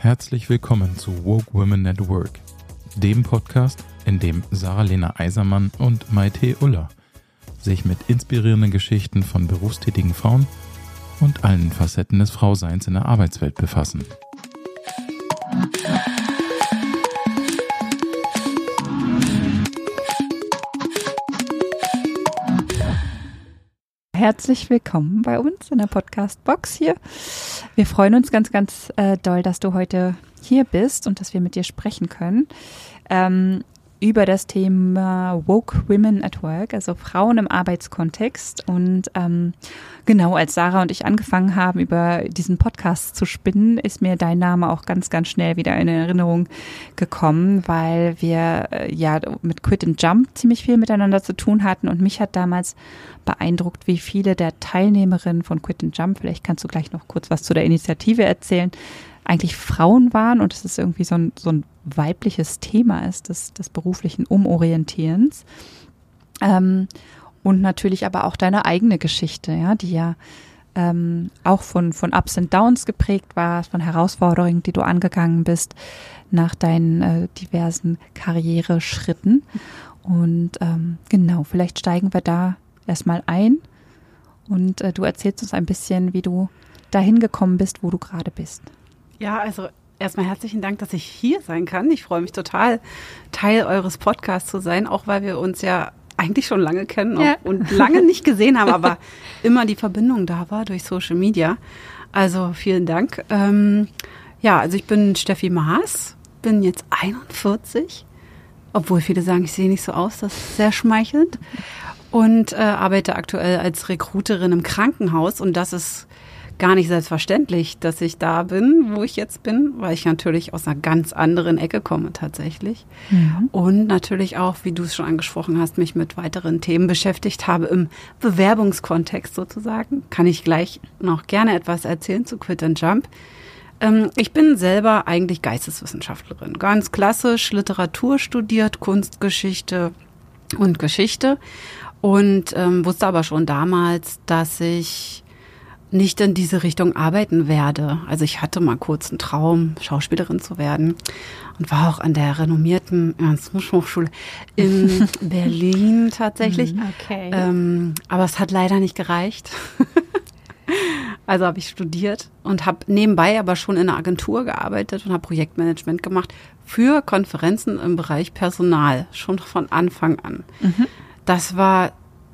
Herzlich willkommen zu Woke Women at Work, dem Podcast, in dem Sarah-Lena Eisermann und Maite Uller sich mit inspirierenden Geschichten von berufstätigen Frauen und allen Facetten des Frauseins in der Arbeitswelt befassen. Herzlich willkommen bei uns in der Podcast-Box hier. Wir freuen uns ganz doll, dass du heute hier bist und dass wir mit dir sprechen können über das Thema Woke Women at Work, also Frauen im Arbeitskontext. Und genau, als Sarah und ich angefangen haben, über diesen Podcast zu spinnen, ist mir dein Name auch ganz schnell wieder in Erinnerung gekommen, weil wir ja mit Quit and Jump ziemlich viel miteinander zu tun hatten und mich hat damals beeindruckt, wie viele der Teilnehmerinnen von Quit and Jump, vielleicht kannst du gleich noch kurz was zu der Initiative erzählen, eigentlich Frauen waren und es ist irgendwie so ein weibliches Thema ist, des beruflichen Umorientierens. Und natürlich aber auch deine eigene Geschichte, ja, die ja auch von Ups and Downs geprägt war, von Herausforderungen, die du angegangen bist nach deinen diversen Karriereschritten. Und genau, vielleicht steigen wir da erstmal ein und du erzählst uns ein bisschen, wie du dahin gekommen bist, wo du gerade bist. Ja, also erstmal herzlichen Dank, dass ich hier sein kann. Ich freue mich total, Teil eures Podcasts zu sein, auch weil wir uns ja eigentlich schon lange kennen und lange nicht gesehen haben, aber immer die Verbindung da war durch Social Media. Also vielen Dank. Also ich bin Steffi Maas, bin jetzt 41, obwohl viele sagen, ich sehe nicht so aus, das ist sehr schmeichelnd. Und arbeite aktuell als Recruiterin im Krankenhaus und das ist gar nicht selbstverständlich, dass ich da bin, wo ich jetzt bin, weil ich natürlich aus einer ganz anderen Ecke komme tatsächlich. Mhm. Und natürlich auch, wie du es schon angesprochen hast, mich mit weiteren Themen beschäftigt habe im Bewerbungskontext sozusagen. Kann ich gleich noch gerne etwas erzählen zu Quit and Jump. Ich bin selber eigentlich Geisteswissenschaftlerin, ganz klassisch Literatur studiert, Kunstgeschichte und Geschichte und wusste aber schon damals, dass ich nicht in diese Richtung arbeiten werde. Also ich hatte mal kurz einen Traum, Schauspielerin zu werden und war auch an der renommierten Ernst-Busch-Hochschule in Berlin tatsächlich. Okay. Aber es hat leider nicht gereicht. Also habe ich studiert und habe nebenbei aber schon in einer Agentur gearbeitet und habe Projektmanagement gemacht für Konferenzen im Bereich Personal, schon von Anfang an. Mhm. Das war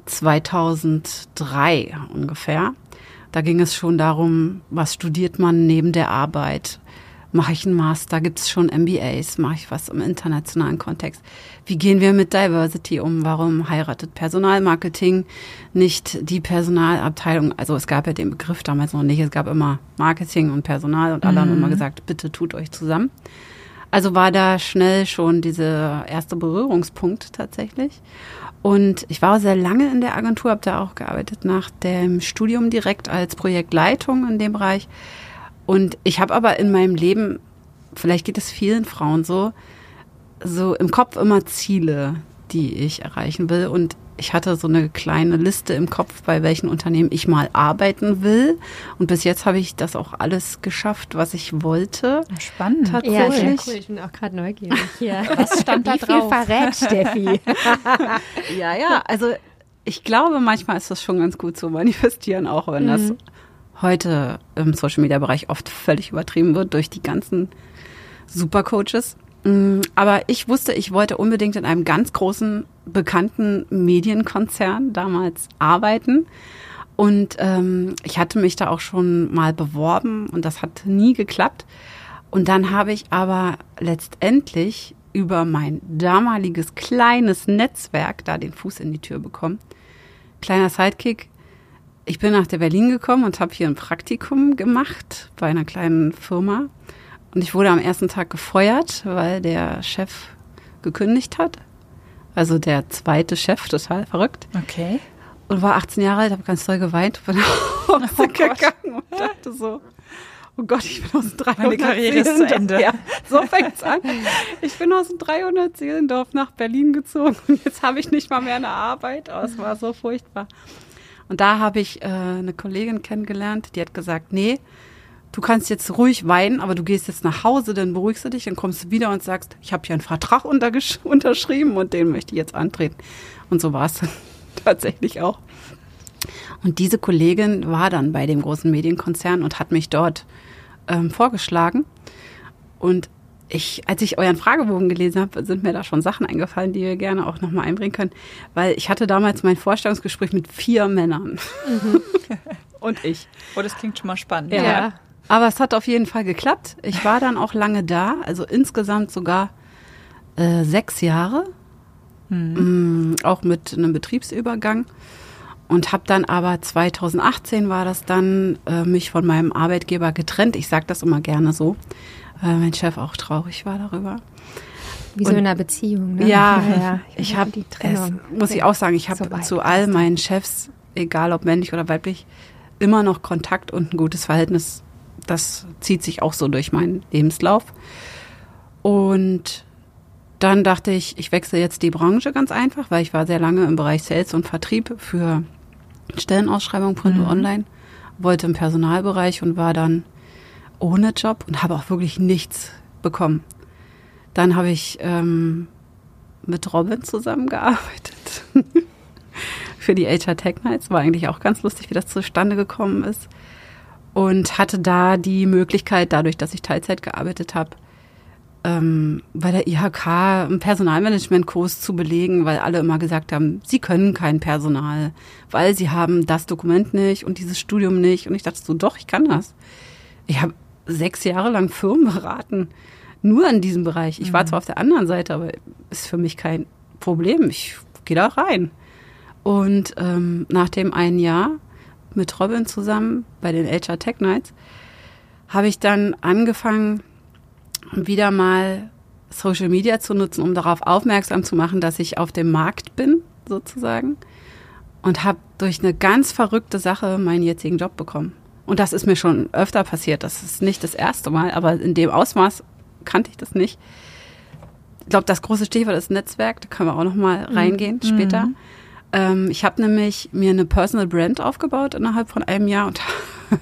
2003 ungefähr. Da ging es schon darum, was studiert man neben der Arbeit? Mache ich einen Master? Gibt es schon MBAs? Mache ich was im internationalen Kontext? Wie gehen wir mit Diversity um? Warum heiratet Personalmarketing nicht die Personalabteilung? Also es gab ja den Begriff damals noch nicht. Es gab immer Marketing und Personal und alle haben immer gesagt, bitte tut euch zusammen. Also war da schnell schon dieser erste Berührungspunkt tatsächlich. Und ich war sehr lange in der Agentur, habe da auch gearbeitet nach dem Studium direkt als Projektleitung in dem Bereich. Und ich habe aber in meinem Leben, vielleicht geht es vielen Frauen so im Kopf immer Ziele, die ich erreichen will. Und ich hatte so eine kleine Liste im Kopf, bei welchen Unternehmen ich mal arbeiten will. Und bis jetzt habe ich das auch alles geschafft, was ich wollte. Spannend. Ja, sehr cool. Ich bin auch gerade neugierig hier. Was stand da drauf? Wie viel verrät Steffi? Ja, also ich glaube, manchmal ist das schon ganz gut zu manifestieren, auch wenn das heute im Social-Media-Bereich oft völlig übertrieben wird durch die ganzen Supercoaches. Aber ich wusste, ich wollte unbedingt in einem ganz großen, bekannten Medienkonzern damals arbeiten. Und ich hatte mich da auch schon mal beworben und das hat nie geklappt. Und dann habe ich aber letztendlich über mein damaliges kleines Netzwerk da den Fuß in die Tür bekommen. Kleiner Sidekick. Ich bin nach der Berlin gekommen und habe hier ein Praktikum gemacht bei einer kleinen Firma. Und ich wurde am ersten Tag gefeuert, weil der Chef gekündigt hat. Also der zweite Chef, total verrückt. Okay. Und war 18 Jahre alt, habe ganz doll geweint, bin nach Hause gegangen und dachte so, oh Gott, ich bin aus dem 300 Meine Karriere ist zu Ende. Ja, so fängt's an. Ich bin aus dem 300 Seelendorf nach Berlin gezogen und jetzt habe ich nicht mal mehr eine Arbeit. Oh, es war so furchtbar. Und da habe ich eine Kollegin kennengelernt, die hat gesagt, nee, du kannst jetzt ruhig weinen, aber du gehst jetzt nach Hause, dann beruhigst du dich, dann kommst du wieder und sagst, ich habe hier einen Vertrag unterschrieben und den möchte ich jetzt antreten. Und so war es dann tatsächlich auch. Und diese Kollegin war dann bei dem großen Medienkonzern und hat mich dort vorgeschlagen. Und als ich euren Fragebogen gelesen habe, sind mir da schon Sachen eingefallen, die wir gerne auch nochmal einbringen können. Weil ich hatte damals mein Vorstellungsgespräch mit 4 Männern. Und ich. Oh, das klingt schon mal spannend. Ja. Aber es hat auf jeden Fall geklappt. Ich war dann auch lange da, also insgesamt sogar 6 Jahre. Auch mit einem Betriebsübergang. Und habe dann aber 2018 war das dann, mich von meinem Arbeitgeber getrennt. Ich sage das immer gerne so. Mein Chef auch traurig war darüber. Wie so in einer Beziehung, ne? Ja. Ich habe, muss ich auch sagen, ich habe so zu all meinen Chefs, egal ob männlich oder weiblich, immer noch Kontakt und ein gutes Verhältnis. Das zieht sich auch so durch meinen Lebenslauf. Und dann dachte ich, ich wechsle jetzt die Branche ganz einfach, weil ich war sehr lange im Bereich Sales und Vertrieb für Stellenausschreibung, Print und Online, wollte im Personalbereich und war dann ohne Job und habe auch wirklich nichts bekommen. Dann habe ich mit Robin zusammengearbeitet für die HR Tech Nights. War eigentlich auch ganz lustig, wie das zustande gekommen ist. Und hatte da die Möglichkeit, dadurch, dass ich Teilzeit gearbeitet habe, bei der IHK einen Personalmanagement-Kurs zu belegen, weil alle immer gesagt haben, sie können kein Personal, weil sie haben das Dokument nicht und dieses Studium nicht. Und ich dachte so, doch, ich kann das. Ich habe 6 Jahre lang Firmen beraten, nur in diesem Bereich. Ich war zwar auf der anderen Seite, aber ist für mich kein Problem. Ich gehe da rein. Und nach dem einen Jahr mit Robin zusammen bei den HR Tech Nights habe ich dann angefangen, wieder mal Social Media zu nutzen, um darauf aufmerksam zu machen, dass ich auf dem Markt bin, sozusagen. Und habe durch eine ganz verrückte Sache meinen jetzigen Job bekommen. Und das ist mir schon öfter passiert. Das ist nicht das erste Mal, aber in dem Ausmaß kannte ich das nicht. Ich glaube, das große Stichwort ist Netzwerk. Da können wir auch noch mal reingehen später. Ich habe nämlich mir eine Personal Brand aufgebaut innerhalb von einem Jahr und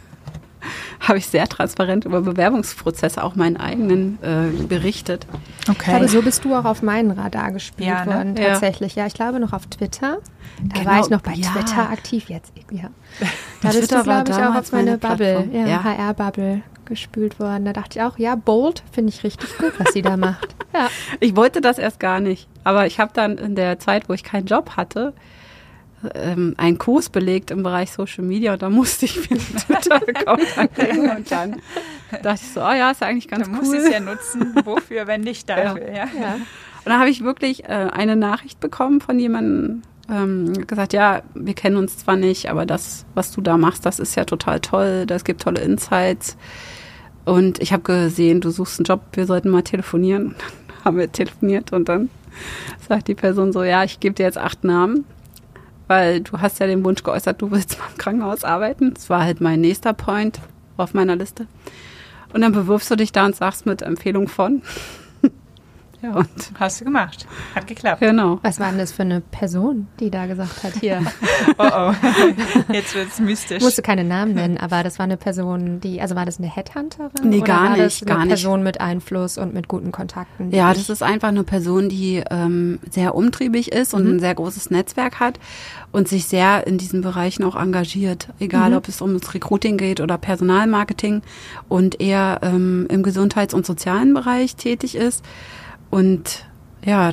habe ich sehr transparent über Bewerbungsprozesse, auch meinen eigenen, berichtet. Okay. Ich glaube, so bist du auch auf meinen Radar gespielt worden, tatsächlich. Ja, ich glaube noch auf Twitter. Da war ich noch bei Twitter aktiv jetzt. Ja. Da bist du, glaube ich, auch auf meine Bubble, HR-Bubble gespült worden. Da dachte ich auch, ja, bold, finde ich richtig gut, was sie da macht. Ja. Ich wollte das erst gar nicht, aber ich habe dann in der Zeit, wo ich keinen Job hatte, einen Kurs belegt im Bereich Social Media und da musste ich mir einen Twitter-Account anlegen und dann dachte ich so, ist ja eigentlich ganz cool. Du musst es ja nutzen, wofür, wenn nicht dafür. Ja. Und dann habe ich wirklich eine Nachricht bekommen von jemandem, gesagt, ja, wir kennen uns zwar nicht, aber das, was du da machst, das ist ja total toll, das gibt tolle Insights und ich habe gesehen, du suchst einen Job, wir sollten mal telefonieren. Und dann haben wir telefoniert und dann sagt die Person so, ja, ich gebe dir jetzt 8 Namen. Weil du hast ja den Wunsch geäußert, du willst mal im Krankenhaus arbeiten. Das war halt mein nächster Point auf meiner Liste. Und dann bewirbst du dich da und sagst mit Empfehlung von. Ja, und hast du gemacht. Hat geklappt. Genau. Was war denn das für eine Person, die da gesagt hat, hier? Oh. Jetzt wird's mystisch. Musst du keine Namen nennen, aber das war eine Person, also war das eine Headhunterin? Nee, oder gar war nicht. Das eine Person mit Einfluss und mit guten Kontakten? Ja, das ist einfach eine Person, die sehr umtriebig ist und ein sehr großes Netzwerk hat und sich sehr in diesen Bereichen auch engagiert. Egal, ob es ums Recruiting geht oder Personalmarketing und eher im Gesundheits- und sozialen Bereich tätig ist. Und ja,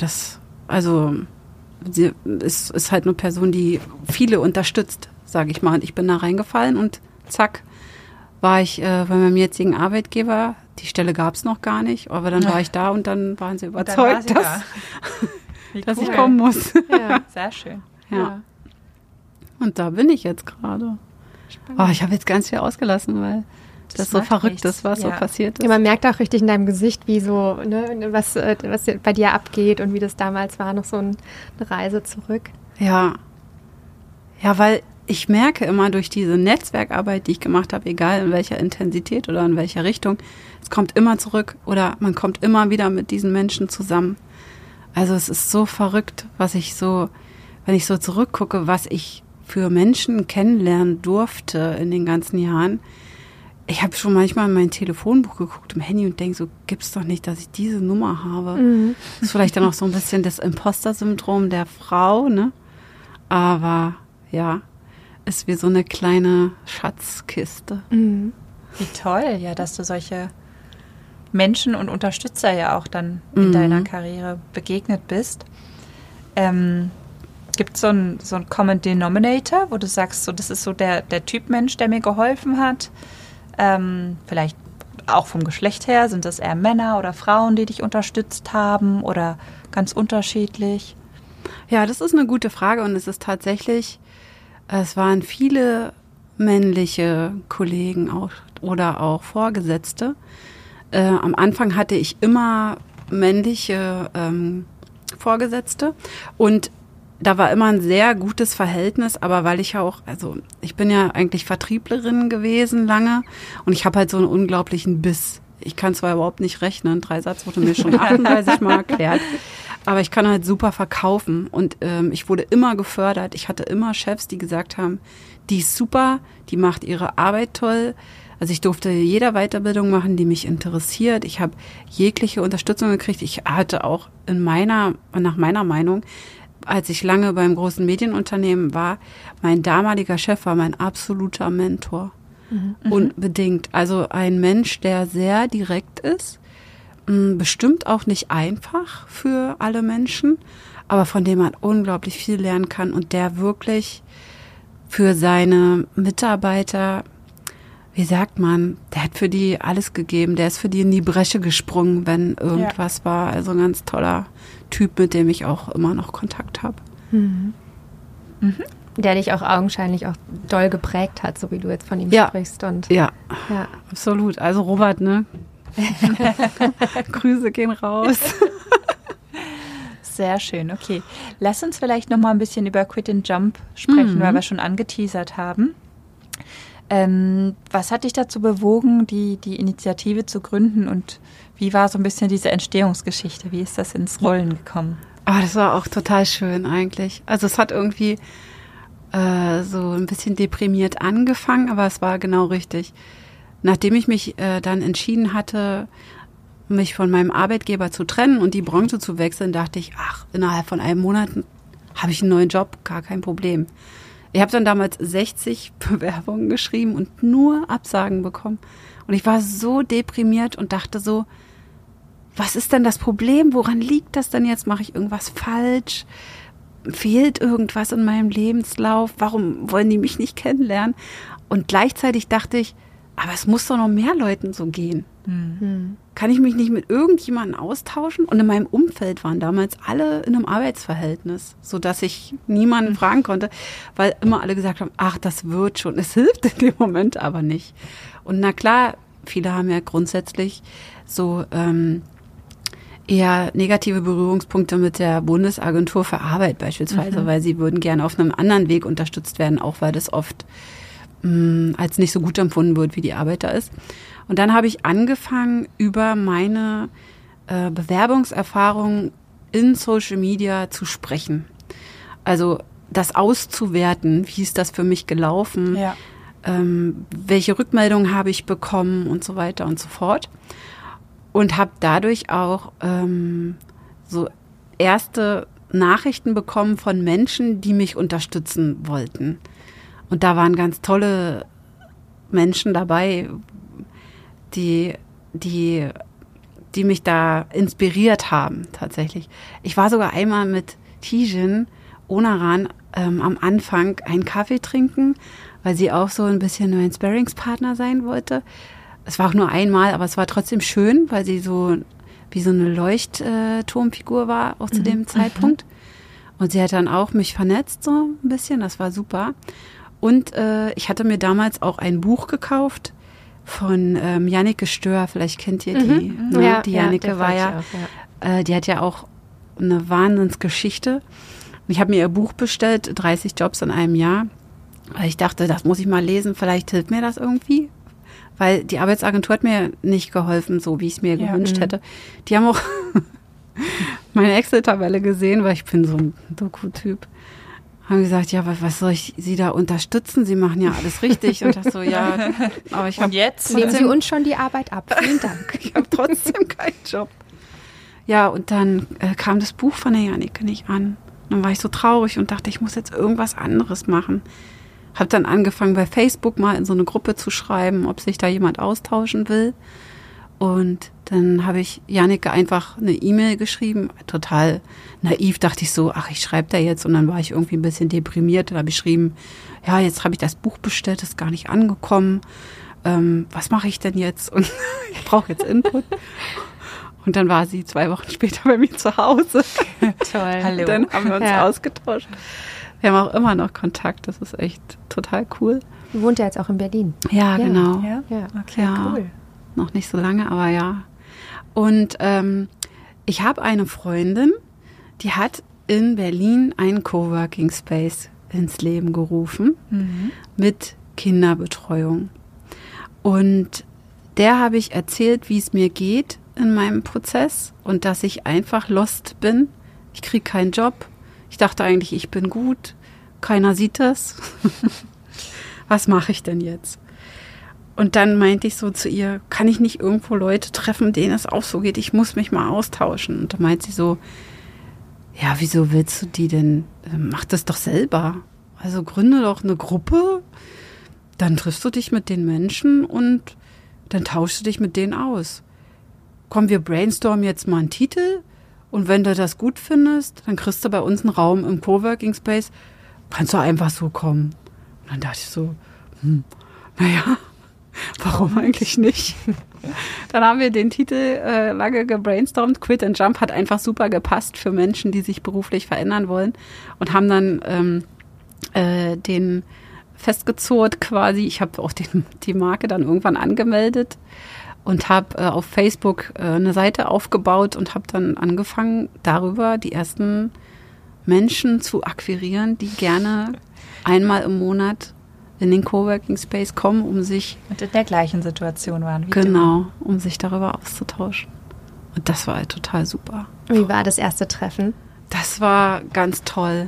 sie ist halt eine Person, die viele unterstützt, sage ich mal. Und ich bin da reingefallen und zack, war ich bei meinem jetzigen Arbeitgeber. Die Stelle gab es noch gar nicht, aber dann war ich da und dann waren sie überzeugt, dass ich kommen muss. Ja, sehr schön. Ja. Und da bin ich jetzt gerade. Oh, ich habe jetzt ganz viel ausgelassen, weil das so verrückt ist, was so passiert ist. Ja, man merkt auch richtig in deinem Gesicht, wie so, ne, was bei dir abgeht und wie das damals war, noch so eine Reise zurück. Ja. Ja, weil ich merke immer durch diese Netzwerkarbeit, die ich gemacht habe, egal in welcher Intensität oder in welcher Richtung, es kommt immer zurück oder man kommt immer wieder mit diesen Menschen zusammen. Also es ist so verrückt, wenn ich so zurückgucke, was ich für Menschen kennenlernen durfte in den ganzen Jahren. ich habe schon manchmal in mein Telefonbuch geguckt im Handy und denke so, gibt's doch nicht, dass ich diese Nummer habe. Mhm. Das ist vielleicht dann auch so ein bisschen das Imposter-Syndrom der Frau, ne? Aber ja, ist wie so eine kleine Schatzkiste. Mhm. Wie toll, ja, dass du solche Menschen und Unterstützer ja auch dann in deiner Karriere begegnet bist. Gibt es so einen Common Denominator, wo du sagst, so, das ist so der Typ Mensch, der mir geholfen hat? Vielleicht auch vom Geschlecht her, sind das eher Männer oder Frauen, die dich unterstützt haben oder ganz unterschiedlich? Ja, das ist eine gute Frage und es ist tatsächlich, es waren viele männliche Kollegen auch oder auch Vorgesetzte. Am Anfang hatte ich immer männliche Vorgesetzte und da war immer ein sehr gutes Verhältnis, aber weil ich auch, also ich bin ja eigentlich Vertrieblerin gewesen lange und ich habe halt so einen unglaublichen Biss. Ich kann zwar überhaupt nicht rechnen, 3 Satz wurde mir schon 38 Mal erklärt, aber ich kann halt super verkaufen und ich wurde immer gefördert. Ich hatte immer Chefs, die gesagt haben, die ist super, die macht ihre Arbeit toll. Also ich durfte jede Weiterbildung machen, die mich interessiert. Ich habe jegliche Unterstützung gekriegt. Ich hatte auch nach meiner Meinung, als ich lange beim großen Medienunternehmen war, mein damaliger Chef war mein absoluter Mentor. Mhm. Unbedingt. Also ein Mensch, der sehr direkt ist, bestimmt auch nicht einfach für alle Menschen, aber von dem man unglaublich viel lernen kann und der wirklich für seine Mitarbeiter, wie sagt man, der hat für die alles gegeben, der ist für die in die Bresche gesprungen, wenn irgendwas war. Also ein ganz toller Typ, mit dem ich auch immer noch Kontakt habe. Mhm. Mhm. Der dich auch augenscheinlich auch doll geprägt hat, so wie du jetzt von ihm sprichst. Und ja, absolut. Also Robert, ne? Grüße gehen raus. Sehr schön, okay. Lass uns vielleicht noch mal ein bisschen über Quit and Jump sprechen, weil wir schon angeteasert haben. Was hat dich dazu bewogen, die Initiative zu gründen und wie war so ein bisschen diese Entstehungsgeschichte? Wie ist das ins Rollen gekommen? Das war auch total schön eigentlich. Also es hat irgendwie so ein bisschen deprimiert angefangen, aber es war genau richtig. Nachdem ich mich dann entschieden hatte, mich von meinem Arbeitgeber zu trennen und die Branche zu wechseln, dachte ich, innerhalb von einem Monat habe ich einen neuen Job, gar kein Problem. Ich habe dann damals 60 Bewerbungen geschrieben und nur Absagen bekommen. Und ich war so deprimiert und dachte so, was ist denn das Problem? Woran liegt das denn jetzt? Mache ich irgendwas falsch? Fehlt irgendwas in meinem Lebenslauf? Warum wollen die mich nicht kennenlernen? Und gleichzeitig dachte ich, aber es muss doch noch mehr Leuten so gehen. Mhm. Kann ich mich nicht mit irgendjemandem austauschen? Und in meinem Umfeld waren damals alle in einem Arbeitsverhältnis, sodass ich niemanden fragen konnte, weil immer alle gesagt haben, das wird schon. Es hilft in dem Moment aber nicht. Und na klar, viele haben ja grundsätzlich so eher negative Berührungspunkte mit der Bundesagentur für Arbeit beispielsweise, weil sie würden gerne auf einem anderen Weg unterstützt werden, auch weil das oft als nicht so gut empfunden wird, wie die Arbeit da ist. Und dann habe ich angefangen, über meine Bewerbungserfahrung in Social Media zu sprechen. Also das auszuwerten, wie ist das für mich gelaufen, welche Rückmeldungen habe ich bekommen und so weiter und so fort. Und habe dadurch auch so erste Nachrichten bekommen von Menschen, die mich unterstützen wollten. Und da waren ganz tolle Menschen dabei, die mich da inspiriert haben, tatsächlich. Ich war sogar einmal mit Tijin Onaran am Anfang einen Kaffee trinken, weil sie auch so ein bisschen mein Sparringspartner sein wollte. Es war auch nur einmal, aber es war trotzdem schön, weil sie so wie so eine Leuchtturmfigur war, auch zu dem Zeitpunkt. Und sie hat dann auch mich vernetzt so ein bisschen, das war super. Und ich hatte mir damals auch ein Buch gekauft von Janneke Stör, vielleicht kennt ihr die. Ne? Ja, die Janneke war ja, die hat ja auch eine Wahnsinnsgeschichte. Ich habe mir ihr Buch bestellt, 30 Jobs in einem Jahr. Weil ich dachte, das muss ich mal lesen, vielleicht hilft mir das irgendwie. Weil die Arbeitsagentur hat mir nicht geholfen, so wie ich es mir gewünscht hätte. Die haben auch meine Excel-Tabelle gesehen, weil ich bin so ein Doku-Typ. haben gesagt, ja, was soll ich Sie da unterstützen? Sie machen ja alles richtig. Und das so, ja, aber ich habe jetzt nehmen Sie uns schon die Arbeit ab. Vielen Dank. Ich habe trotzdem keinen Job. Ja, und dann kam das Buch von der Janneke nicht an. Dann war ich so traurig und dachte, ich muss jetzt irgendwas anderes machen. Habe dann angefangen, bei Facebook mal in so eine Gruppe zu schreiben, ob sich da jemand austauschen will. Und dann habe ich Janneke einfach eine E-Mail geschrieben. Total naiv dachte ich so, ach, ich schreibe da jetzt. Und dann war ich irgendwie ein bisschen deprimiert. Dann habe ich geschrieben, ja, jetzt habe ich das Buch bestellt, ist gar nicht angekommen. Was mache ich denn jetzt? Und ich brauche jetzt Input. Und dann war sie 2 Wochen später bei mir zu Hause. Toll. Hallo. Dann haben wir uns ausgetauscht. Wir haben auch immer noch Kontakt. Das ist echt total cool. Du wohnt ja jetzt auch in Berlin. Ja, genau. Ja, okay, ja, cool. Noch nicht so lange, aber ja. Und ich habe eine Freundin, die hat in Berlin einen Coworking Space ins Leben gerufen mit Kinderbetreuung. Und der habe ich erzählt, wie es mir geht in meinem Prozess und dass ich einfach lost bin. Ich kriege keinen Job. Ich dachte eigentlich, ich bin gut. Keiner sieht das. Was mache ich denn jetzt? Und dann meinte ich so zu ihr, kann ich nicht irgendwo Leute treffen, denen es auch so geht? Ich muss mich mal austauschen. Und da meint sie so, ja, wieso willst du die denn? Mach das doch selber. Also gründe doch eine Gruppe, dann triffst du dich mit den Menschen und dann tauschst du dich mit denen aus. Komm, wir brainstormen jetzt mal einen Titel und wenn du das gut findest, dann kriegst du bei uns einen Raum im Coworking Space. Kannst du einfach so kommen. Und dann dachte ich so, naja, warum eigentlich nicht? Dann haben wir den Titel lange gebrainstormt. Quit and Jump hat einfach super gepasst für Menschen, die sich beruflich verändern wollen und haben dann den festgezurrt quasi. Ich habe auch die Marke dann irgendwann angemeldet und habe auf Facebook eine Seite aufgebaut und habe dann angefangen, darüber die ersten Menschen zu akquirieren, die gerne einmal im Monat in den Coworking Space kommen, um sich... Und in der gleichen Situation waren wie Genau, um sich darüber auszutauschen. Und das war halt total super. Wie war das erste Treffen? Das war ganz toll,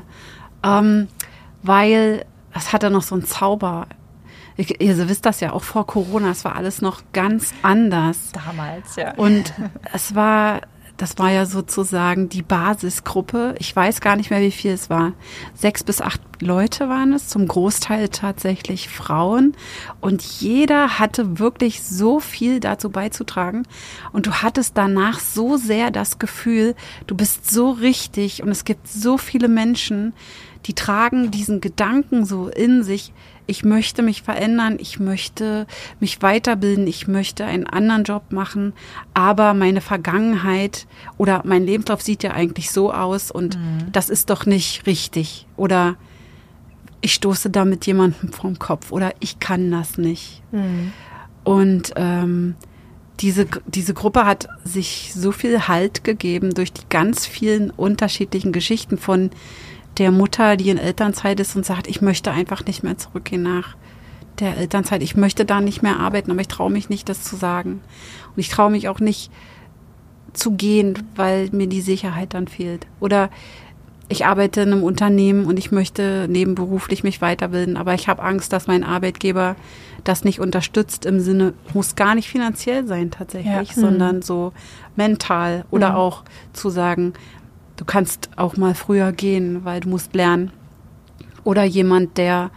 weil es hatte noch so einen Zauber. Ihr wisst das ja, auch vor Corona, es war alles noch ganz anders. Damals, ja. Und das war ja sozusagen die Basisgruppe. Ich weiß gar nicht mehr, wie viel es war. 6 bis 8 Leute waren es, zum Großteil tatsächlich Frauen. Und jeder hatte wirklich so viel dazu beizutragen. Und du hattest danach so sehr das Gefühl, du bist so richtig. Und es gibt so viele Menschen, die tragen diesen Gedanken so in sich. Ich möchte mich verändern, ich möchte mich weiterbilden, ich möchte einen anderen Job machen, aber meine Vergangenheit oder mein Lebenslauf sieht ja eigentlich so aus und das ist doch nicht richtig. Oder ich stoße da mit jemandem vom Kopf oder ich kann das nicht. Und diese Gruppe hat sich so viel Halt gegeben durch die ganz vielen unterschiedlichen Geschichten von der Mutter, die in Elternzeit ist und sagt, ich möchte einfach nicht mehr zurückgehen nach der Elternzeit. Ich möchte da nicht mehr arbeiten, aber ich traue mich nicht, das zu sagen. Und ich traue mich auch nicht zu gehen, weil mir die Sicherheit dann fehlt. Oder ich arbeite in einem Unternehmen und ich möchte nebenberuflich mich weiterbilden, aber ich habe Angst, dass mein Arbeitgeber das nicht unterstützt im Sinne, muss gar nicht finanziell sein tatsächlich, sondern so mental oder auch zu sagen, du kannst auch mal früher gehen, weil du musst lernen. Oder jemand, der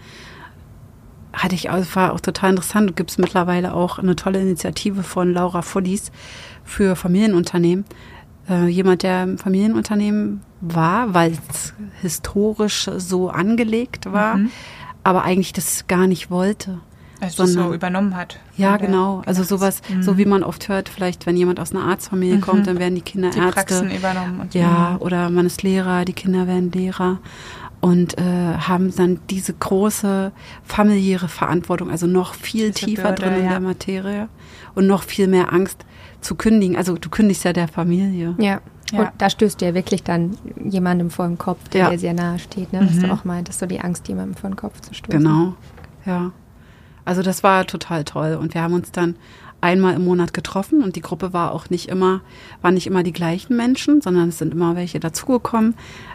war auch total interessant. Du gibst mittlerweile auch eine tolle Initiative von Laura Vollies für Familienunternehmen. Jemand, der im Familienunternehmen war, weil es historisch so angelegt war, aber eigentlich das gar nicht wollte. Also das so übernommen hat. Ja, genau. Also sowas, so wie man oft hört, vielleicht wenn jemand aus einer Arztfamilie kommt, dann werden die Kinder die Ärzte. Praxen übernommen. Und ja, oder man ist Lehrer, die Kinder werden Lehrer und haben dann diese große familiäre Verantwortung, also noch viel tiefer Bürde, drin in der Materie und noch viel mehr Angst zu kündigen. Also du kündigst ja der Familie. Ja. Und da stößt dir wirklich dann jemandem vor den Kopf, der dir sehr nahe steht, ne? Was du auch meintest, so die Angst, jemandem vor den Kopf zu stoßen. Genau, ja. Also das war total toll und wir haben uns dann einmal im Monat getroffen und die Gruppe waren nicht immer die gleichen Menschen, sondern es sind immer welche dazugekommen,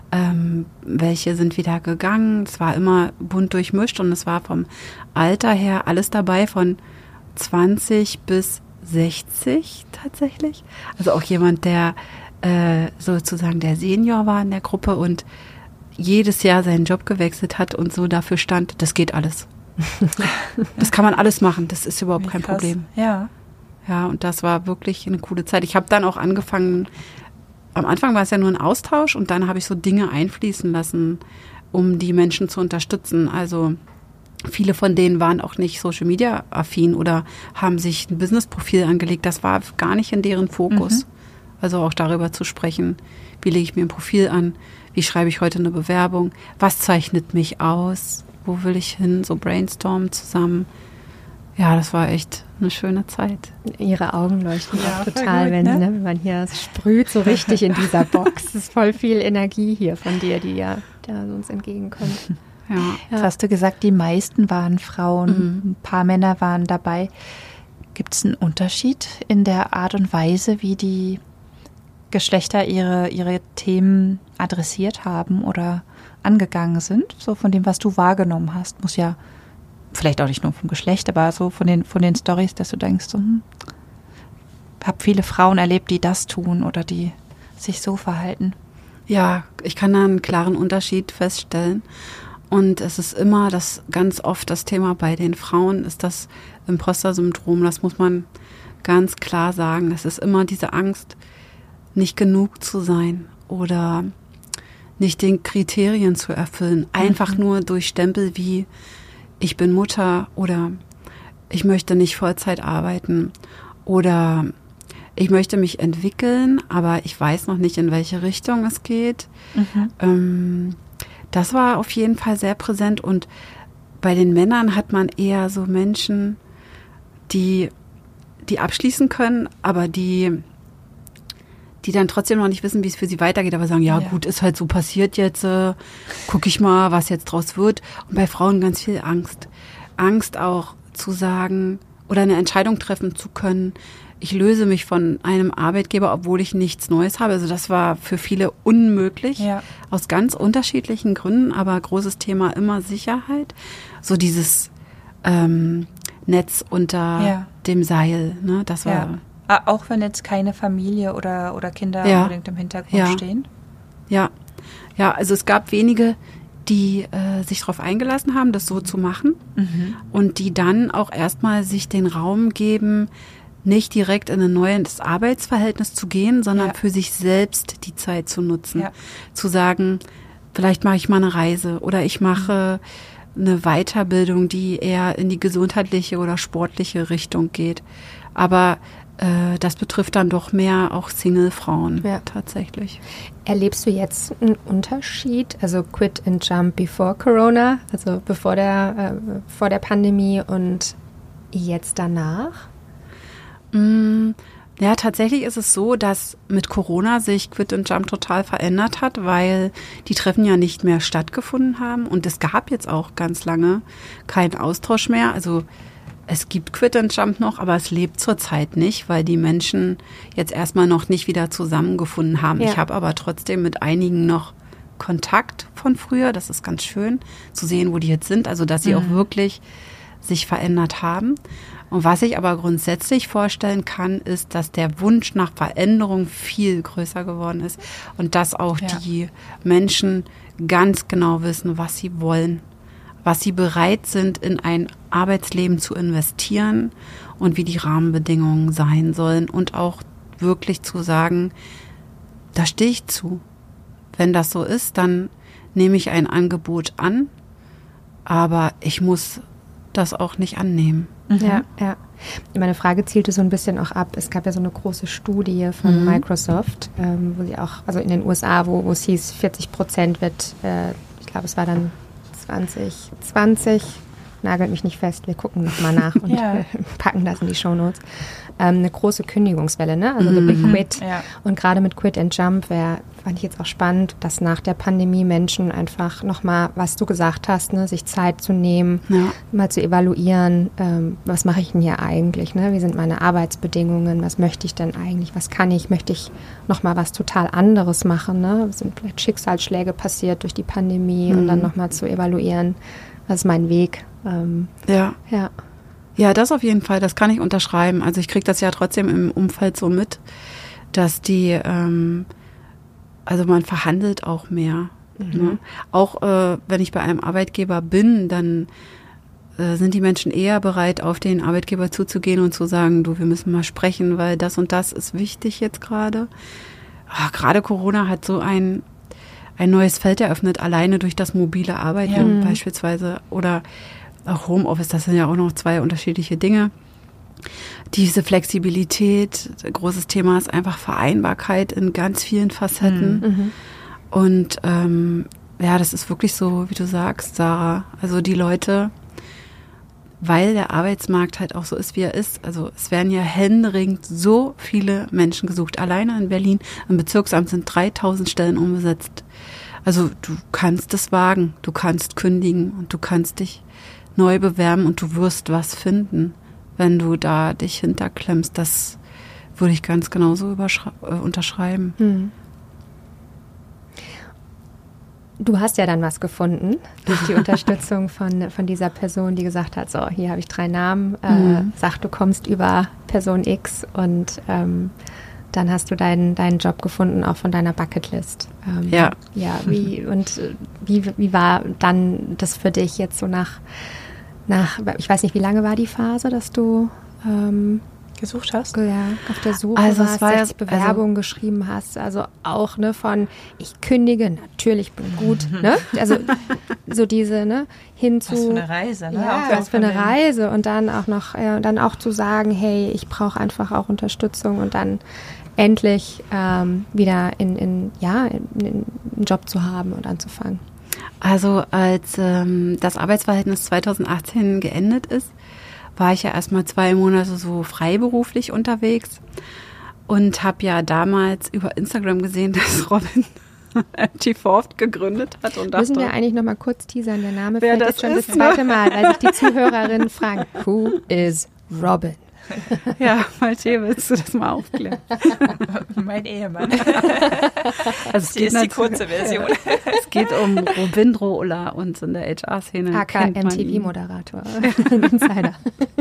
welche sind wieder gegangen. Es war immer bunt durchmischt und es war vom Alter her alles dabei von 20 bis 60 tatsächlich. Also auch jemand, der sozusagen der Senior war in der Gruppe und jedes Jahr seinen Job gewechselt hat und so dafür stand, das geht alles. Das kann man alles machen, das ist überhaupt kein Problem. Ja. Ja, und das war wirklich eine coole Zeit. Ich habe dann auch angefangen, am Anfang war es ja nur ein Austausch und dann habe ich so Dinge einfließen lassen, um die Menschen zu unterstützen. Also viele von denen waren auch nicht Social Media affin oder haben sich ein Business-Profil angelegt. Das war gar nicht in deren Fokus. Also auch darüber zu sprechen, wie lege ich mir ein Profil an, wie schreibe ich heute eine Bewerbung, was zeichnet mich aus, wo will ich hin, so brainstormen zusammen. Ja, das war echt eine schöne Zeit. Ihre Augen leuchten auch total, gut, wenn man hier sprüht, so richtig in dieser Box. Es ist voll viel Energie hier von dir, die ja uns entgegenkommt. Ja. Jetzt hast du gesagt, die meisten waren Frauen, ein paar Männer waren dabei. Gibt es einen Unterschied in der Art und Weise, wie die Geschlechter ihre Themen adressiert haben oder angegangen sind? So von dem, was du wahrgenommen hast, muss ja vielleicht auch nicht nur vom Geschlecht, aber so von den Storys, dass du denkst, so, habe viele Frauen erlebt, die das tun oder die sich so verhalten. Ja, ich kann da einen klaren Unterschied feststellen. Und es ist immer ganz oft das Thema bei den Frauen ist das Imposter-Syndrom. Das muss man ganz klar sagen. Es ist immer diese Angst, nicht genug zu sein oder nicht den Kriterien zu erfüllen. Einfach nur durch Stempel wie ich bin Mutter oder ich möchte nicht Vollzeit arbeiten oder ich möchte mich entwickeln, aber ich weiß noch nicht, in welche Richtung es geht. Das war auf jeden Fall sehr präsent und bei den Männern hat man eher so Menschen, die abschließen können, aber die dann trotzdem noch nicht wissen, wie es für sie weitergeht, aber sagen, ja gut, ist halt so passiert jetzt, guck ich mal, was jetzt draus wird. Und bei Frauen ganz viel Angst. Angst auch zu sagen oder eine Entscheidung treffen zu können, ich löse mich von einem Arbeitgeber, obwohl ich nichts Neues habe. Also das war für viele unmöglich, aus ganz unterschiedlichen Gründen, aber großes Thema immer Sicherheit. So dieses Netz unter dem Seil, ne? Das war... Ja. Auch wenn jetzt keine Familie oder Kinder unbedingt im Hintergrund stehen? Ja, also es gab wenige, die sich darauf eingelassen haben, das so zu machen und die dann auch erstmal sich den Raum geben, nicht direkt in ein neues Arbeitsverhältnis zu gehen, sondern für sich selbst die Zeit zu nutzen. Ja. Zu sagen, vielleicht mache ich mal eine Reise oder ich mache eine Weiterbildung, die eher in die gesundheitliche oder sportliche Richtung geht. Aber das betrifft dann doch mehr auch Single-Frauen tatsächlich. Erlebst du jetzt einen Unterschied, also Quit and Jump before Corona, also vor der Pandemie und jetzt danach? Ja, tatsächlich ist es so, dass mit Corona sich Quit and Jump total verändert hat, weil die Treffen ja nicht mehr stattgefunden haben und es gab jetzt auch ganz lange keinen Austausch mehr. Also es gibt Quit and Jump noch, aber es lebt zurzeit nicht, weil die Menschen jetzt erstmal noch nicht wieder zusammengefunden haben. Ja. Ich habe aber trotzdem mit einigen noch Kontakt von früher. Das ist ganz schön zu sehen, wo die jetzt sind. Also dass sie auch wirklich sich verändert haben. Und was ich aber grundsätzlich vorstellen kann, ist, dass der Wunsch nach Veränderung viel größer geworden ist und dass auch die Menschen ganz genau wissen, was sie wollen, was sie bereit sind, in ein Arbeitsleben zu investieren und wie die Rahmenbedingungen sein sollen und auch wirklich zu sagen, da stehe ich zu. Wenn das so ist, dann nehme ich ein Angebot an, aber ich muss das auch nicht annehmen. Ja. Meine Frage zielte so ein bisschen auch ab. Es gab ja so eine große Studie von Microsoft, wo sie auch, also in den USA, wo es hieß, 40% wird, ich glaube, es war dann 2020 nagelt mich nicht fest, wir gucken nochmal nach und packen das in die Shownotes. Eine große Kündigungswelle, ne? Also the Big Quit. Ja. Und gerade mit Quit and Jump fand ich jetzt auch spannend, dass nach der Pandemie Menschen einfach nochmal, was du gesagt hast, ne, sich Zeit zu nehmen, mal zu evaluieren, was mache ich denn hier eigentlich, ne? Wie sind meine Arbeitsbedingungen, was möchte ich denn eigentlich, was kann ich, möchte ich nochmal was total anderes machen, ne? Sind vielleicht Schicksalsschläge passiert durch die Pandemie und dann nochmal zu evaluieren, was ist mein Weg. Ja, das auf jeden Fall, das kann ich unterschreiben. Also ich kriege das ja trotzdem im Umfeld so mit, dass also man verhandelt auch mehr. Ne? Auch wenn ich bei einem Arbeitgeber bin, dann sind die Menschen eher bereit, auf den Arbeitgeber zuzugehen und zu sagen, du, wir müssen mal sprechen, weil das und das ist wichtig jetzt gerade. Gerade Corona hat so ein neues Feld eröffnet, alleine durch das mobile Arbeiten beispielsweise oder auch Homeoffice, das sind ja auch noch 2 unterschiedliche Dinge. Diese Flexibilität, großes Thema ist einfach Vereinbarkeit in ganz vielen Facetten. Und das ist wirklich so, wie du sagst, Sarah. Also die Leute, weil der Arbeitsmarkt halt auch so ist, wie er ist, also es werden ja händeringend so viele Menschen gesucht. Alleine in Berlin im Bezirksamt sind 3000 Stellen unbesetzt. Also du kannst es wagen, du kannst kündigen und du kannst dich neu bewerben und du wirst was finden, wenn du da dich hinterklemmst. Das würde ich ganz genauso unterschreiben. Du hast ja dann was gefunden durch die Unterstützung von dieser Person, die gesagt hat, so, hier habe ich 3 Namen, sag, du kommst über Person X und dann hast du deinen Job gefunden, auch von deiner Bucketlist. Wie war dann das für dich jetzt so nach, ich weiß nicht, wie lange war die Phase, dass du gesucht hast? Ja, auf der Suche warst, 60 Bewerbungen geschrieben hast. Also auch von, ich kündige, natürlich bin gut. Ne? Also so diese, ne, hin zu... Was für eine Reise, ne? Ja, was für eine Reise. Und dann auch noch, dann auch zu sagen, hey, ich brauche einfach auch Unterstützung und dann endlich wieder in einen Job zu haben und anzufangen. Also als das Arbeitsverhältnis 2018 geendet ist, war ich ja erstmal 2 Monate so freiberuflich unterwegs und habe ja damals über Instagram gesehen, dass Robin Anti-Forft gegründet hat. Und müssen wir eigentlich noch mal kurz teasern, der Name fällt jetzt schon das 2. Mal, weil sich die Zuhörerinnen fragen, who is Robin? Ja, Malte, willst du das mal aufklären? Mein Ehemann. Also es geht die kurze Version. Es geht um Robindro Ulla und in der HR-Szene. aka MTV-Moderator. Insider.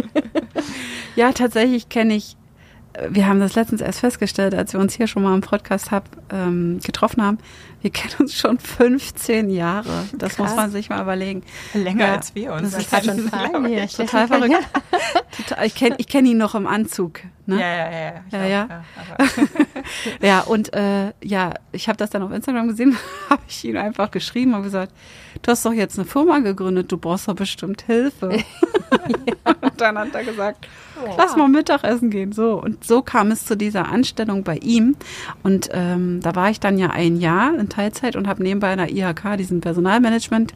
Ja, tatsächlich kenne ich, wir haben das letztens erst festgestellt, als wir uns hier schon mal im Podcast getroffen haben, wir kennen uns schon 15 Jahre. Das muss man sich mal überlegen. Länger als wir uns. Das ist halt schon total verrückt. Ich kenn ihn noch im Anzug. Ne? Ja. Ja, und ich habe das dann auf Instagram gesehen, habe ich ihn einfach geschrieben und gesagt, du hast doch jetzt eine Firma gegründet, du brauchst doch bestimmt Hilfe. Und dann hat er gesagt, lass mal Mittagessen gehen. So. Und so kam es zu dieser Anstellung bei ihm. Und da war ich dann ja 1 Jahr in Teilzeit und habe nebenbei in der IHK diesen Personalmanagement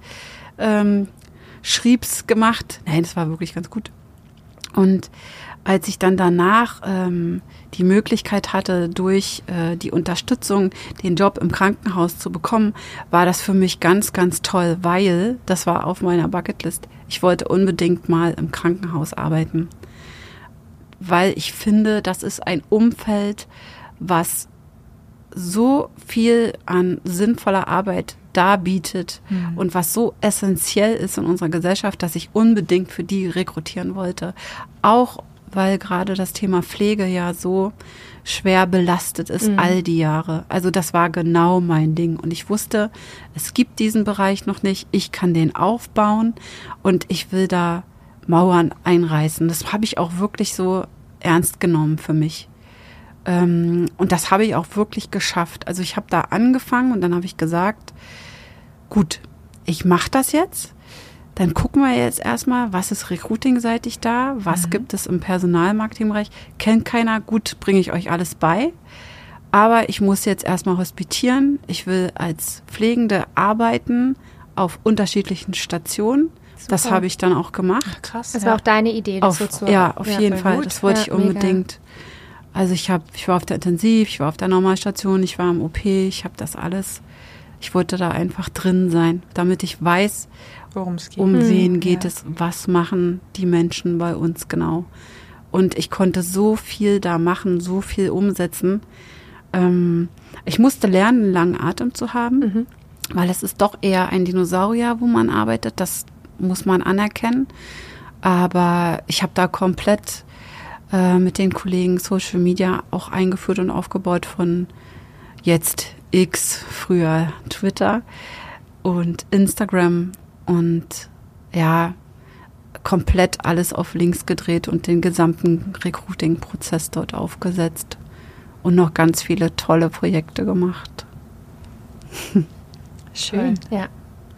Schriebs gemacht. Nein, das war wirklich ganz gut. Und als ich dann danach die Möglichkeit hatte, durch die Unterstützung den Job im Krankenhaus zu bekommen, war das für mich ganz, ganz toll, weil das war auf meiner Bucketlist. Ich wollte unbedingt mal im Krankenhaus arbeiten, weil ich finde, das ist ein Umfeld, was so viel an sinnvoller Arbeit darbietet und was so essentiell ist in unserer Gesellschaft, dass ich unbedingt für die rekrutieren wollte. Auch weil gerade das Thema Pflege ja so schwer belastet ist, all die Jahre. Also das war genau mein Ding. Und ich wusste, es gibt diesen Bereich noch nicht. Ich kann den aufbauen und ich will da Mauern einreißen. Das habe ich auch wirklich so ernst genommen für mich. Und das habe ich auch wirklich geschafft. Also ich habe da angefangen und dann habe ich gesagt, gut, ich mache das jetzt. Dann gucken wir jetzt erstmal, was ist recruitingseitig da, was gibt es im Personalmarketingbereich. Kennt keiner, gut, bringe ich euch alles bei. Aber ich muss jetzt erstmal hospitieren. Ich will als Pflegende arbeiten auf unterschiedlichen Stationen das habe ich dann auch gemacht. Ach, krass. Das war auch deine Idee, das so zu machen. Ja, auf jeden Fall. Gut. Das wollte ich unbedingt. Mega. Also ich war auf der Intensiv, ich war auf der Normalstation, ich war im OP, ich habe das alles. Ich wollte da einfach drin sein, damit ich weiß, worum es geht. Um wen geht es, was machen die Menschen bei uns genau. Und ich konnte so viel da machen, so viel umsetzen. Ich musste lernen, einen langen Atem zu haben, weil es ist doch eher ein Dinosaurier, wo man arbeitet. Das muss man anerkennen. Aber ich habe da komplett mit den Kollegen Social Media auch eingeführt und aufgebaut von jetzt X, früher Twitter und Instagram und ja, komplett alles auf links gedreht und den gesamten Recruiting-Prozess dort aufgesetzt und noch ganz viele tolle Projekte gemacht. Schön. Ja.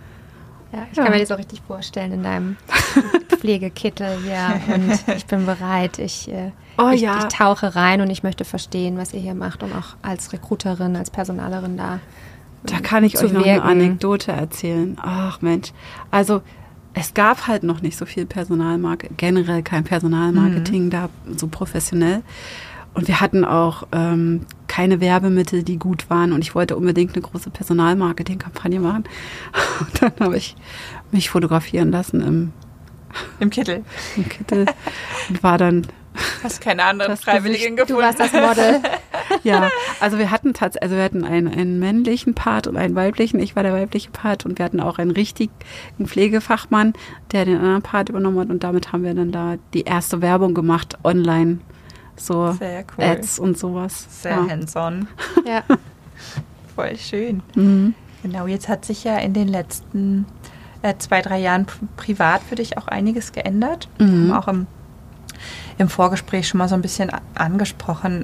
Ja, ich kann mir das so richtig vorstellen in deinem Pflegekittel, ja, und ich bin bereit, ich tauche rein und ich möchte verstehen, was ihr hier macht und auch als Recruiterin, als Personalerin da kann ich euch noch eine Anekdote erzählen. Ach Mensch, also es gab halt noch nicht so viel Personalmarketing, generell kein Personalmarketing da so professionell. Und wir hatten auch keine Werbemittel, die gut waren. Und ich wollte unbedingt eine große Personalmarketing-Kampagne machen. Und dann habe ich mich fotografieren lassen im Kittel. Im Kittel. Und war dann... Hast keine anderen Freiwilligen gefunden? Du warst das Model. Ja, also wir hatten einen männlichen Part und einen weiblichen. Ich war der weibliche Part und wir hatten auch einen richtigen Pflegefachmann, der den anderen Part übernommen hat. Und damit haben wir dann da die erste Werbung gemacht, online. So sehr cool. Ads und sowas. Sehr hands-on. Ja. Voll schön. Mhm. Genau, jetzt hat sich ja in den letzten 2-3 Jahren privat für dich auch einiges geändert. Wir haben auch im Vorgespräch schon mal so ein bisschen angesprochen,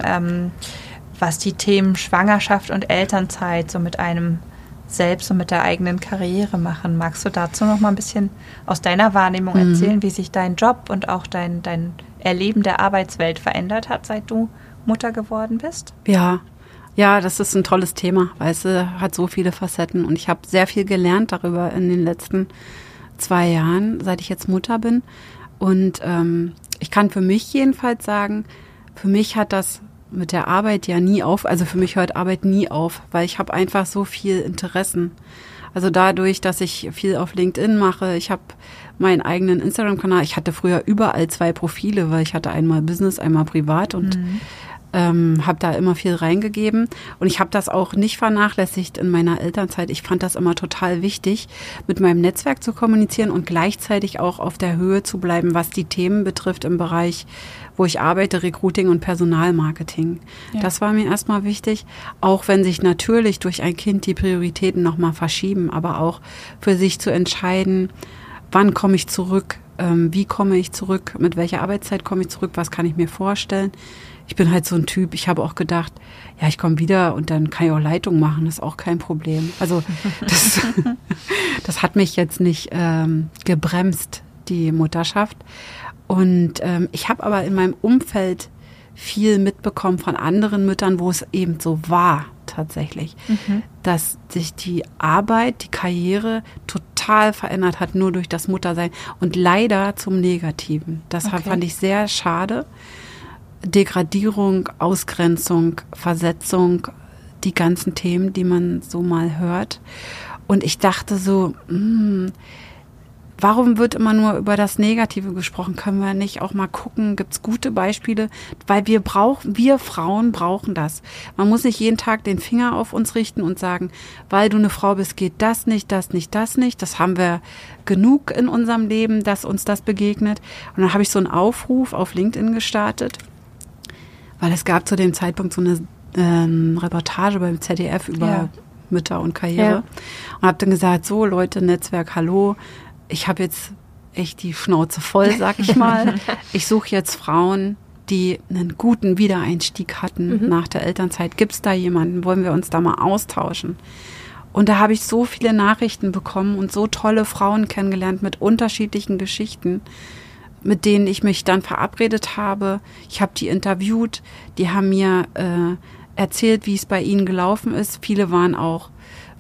was die Themen Schwangerschaft und Elternzeit so mit einem selbst und mit der eigenen Karriere machen. Magst du dazu noch mal ein bisschen aus deiner Wahrnehmung erzählen, wie sich dein Job und auch dein Erleben der Arbeitswelt verändert hat, seit du Mutter geworden bist? Ja, das ist ein tolles Thema, weil es hat so viele Facetten und ich habe sehr viel gelernt darüber in den letzten 2 Jahren, seit ich jetzt Mutter bin. Und ich kann für mich jedenfalls sagen, für mich hat das mit der Arbeit ja nie auf, also für mich hört Arbeit nie auf, weil ich habe einfach so viel Interessen. Also dadurch, dass ich viel auf LinkedIn mache, ich habe meinen eigenen Instagram-Kanal. Ich hatte früher überall 2 Profile, weil ich hatte einmal Business, einmal privat und habe da immer viel reingegeben. Und ich habe das auch nicht vernachlässigt in meiner Elternzeit. Ich fand das immer total wichtig, mit meinem Netzwerk zu kommunizieren und gleichzeitig auch auf der Höhe zu bleiben, was die Themen betrifft im Bereich, wo ich arbeite, Recruiting und Personalmarketing. Ja. Das war mir erstmal wichtig, auch wenn sich natürlich durch ein Kind die Prioritäten nochmal verschieben, aber auch für sich zu entscheiden, wann komme ich zurück, wie komme ich zurück, mit welcher Arbeitszeit komme ich zurück, was kann ich mir vorstellen. Ich bin halt so ein Typ, ich habe auch gedacht, ja, ich komme wieder und dann kann ich auch Leitung machen, das ist auch kein Problem. Also das hat mich jetzt nicht gebremst, die Mutterschaft. Und ich habe aber in meinem Umfeld viel mitbekommen von anderen Müttern, wo es eben so war tatsächlich, dass sich die Arbeit, die Karriere total verändert hat, nur durch das Muttersein und leider zum Negativen. Das fand ich sehr schade. Degradierung, Ausgrenzung, Versetzung, die ganzen Themen, die man so mal hört. Und ich dachte so, warum wird immer nur über das Negative gesprochen? Können wir nicht auch mal gucken, gibt es gute Beispiele? Weil wir Frauen brauchen das. Man muss nicht jeden Tag den Finger auf uns richten und sagen, weil du eine Frau bist, geht das nicht, das nicht, das nicht. Das haben wir genug in unserem Leben, dass uns das begegnet. Und dann habe ich so einen Aufruf auf LinkedIn gestartet, weil es gab zu dem Zeitpunkt so eine Reportage beim ZDF über Mütter und Karriere. Und habe dann gesagt, so Leute, Netzwerk, hallo, ich habe jetzt echt die Schnauze voll, sag ich mal. Ich suche jetzt Frauen, die einen guten Wiedereinstieg hatten nach der Elternzeit. Gibt es da jemanden? Wollen wir uns da mal austauschen? Und da habe ich so viele Nachrichten bekommen und so tolle Frauen kennengelernt mit unterschiedlichen Geschichten, mit denen ich mich dann verabredet habe. Ich habe die interviewt, die haben mir erzählt, wie es bei ihnen gelaufen ist. Viele waren auch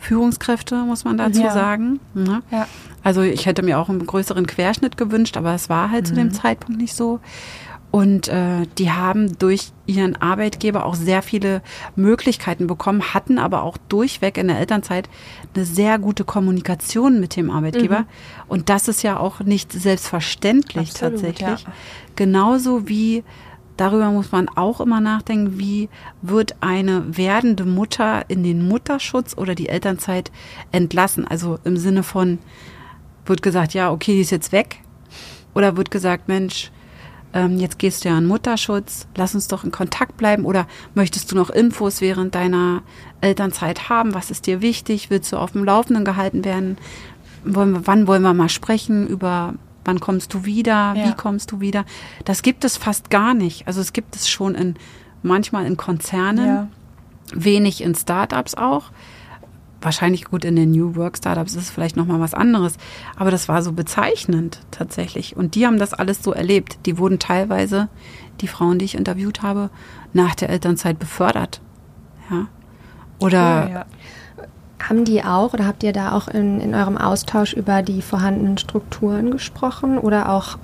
Führungskräfte, muss man dazu sagen. Ne? Ja. Also ich hätte mir auch einen größeren Querschnitt gewünscht, aber es war halt zu dem Zeitpunkt nicht so. Und die haben durch ihren Arbeitgeber auch sehr viele Möglichkeiten bekommen, hatten aber auch durchweg in der Elternzeit eine sehr gute Kommunikation mit dem Arbeitgeber. Und das ist ja auch nicht selbstverständlich. Absolut, tatsächlich. Ja. Genauso wie, darüber muss man auch immer nachdenken, wie wird eine werdende Mutter in den Mutterschutz oder die Elternzeit entlassen? Also im Sinne von, wird gesagt, ja, okay, die ist jetzt weg. Oder wird gesagt, Mensch, jetzt gehst du ja in Mutterschutz, lass uns doch in Kontakt bleiben, oder möchtest du noch Infos während deiner Elternzeit haben, was ist dir wichtig, willst du auf dem Laufenden gehalten werden, wann wollen wir mal sprechen über, wann kommst du wieder, wie kommst du wieder, das gibt es fast gar nicht, also es gibt es schon manchmal in Konzernen, wenig in Startups auch, wahrscheinlich gut in den New Work Startups ist es vielleicht nochmal was anderes. Aber das war so bezeichnend tatsächlich. Und die haben das alles so erlebt. Die wurden teilweise, die Frauen, die ich interviewt habe, nach der Elternzeit befördert. Ja. Oder haben die auch oder habt ihr da auch in eurem Austausch über die vorhandenen Strukturen gesprochen oder auch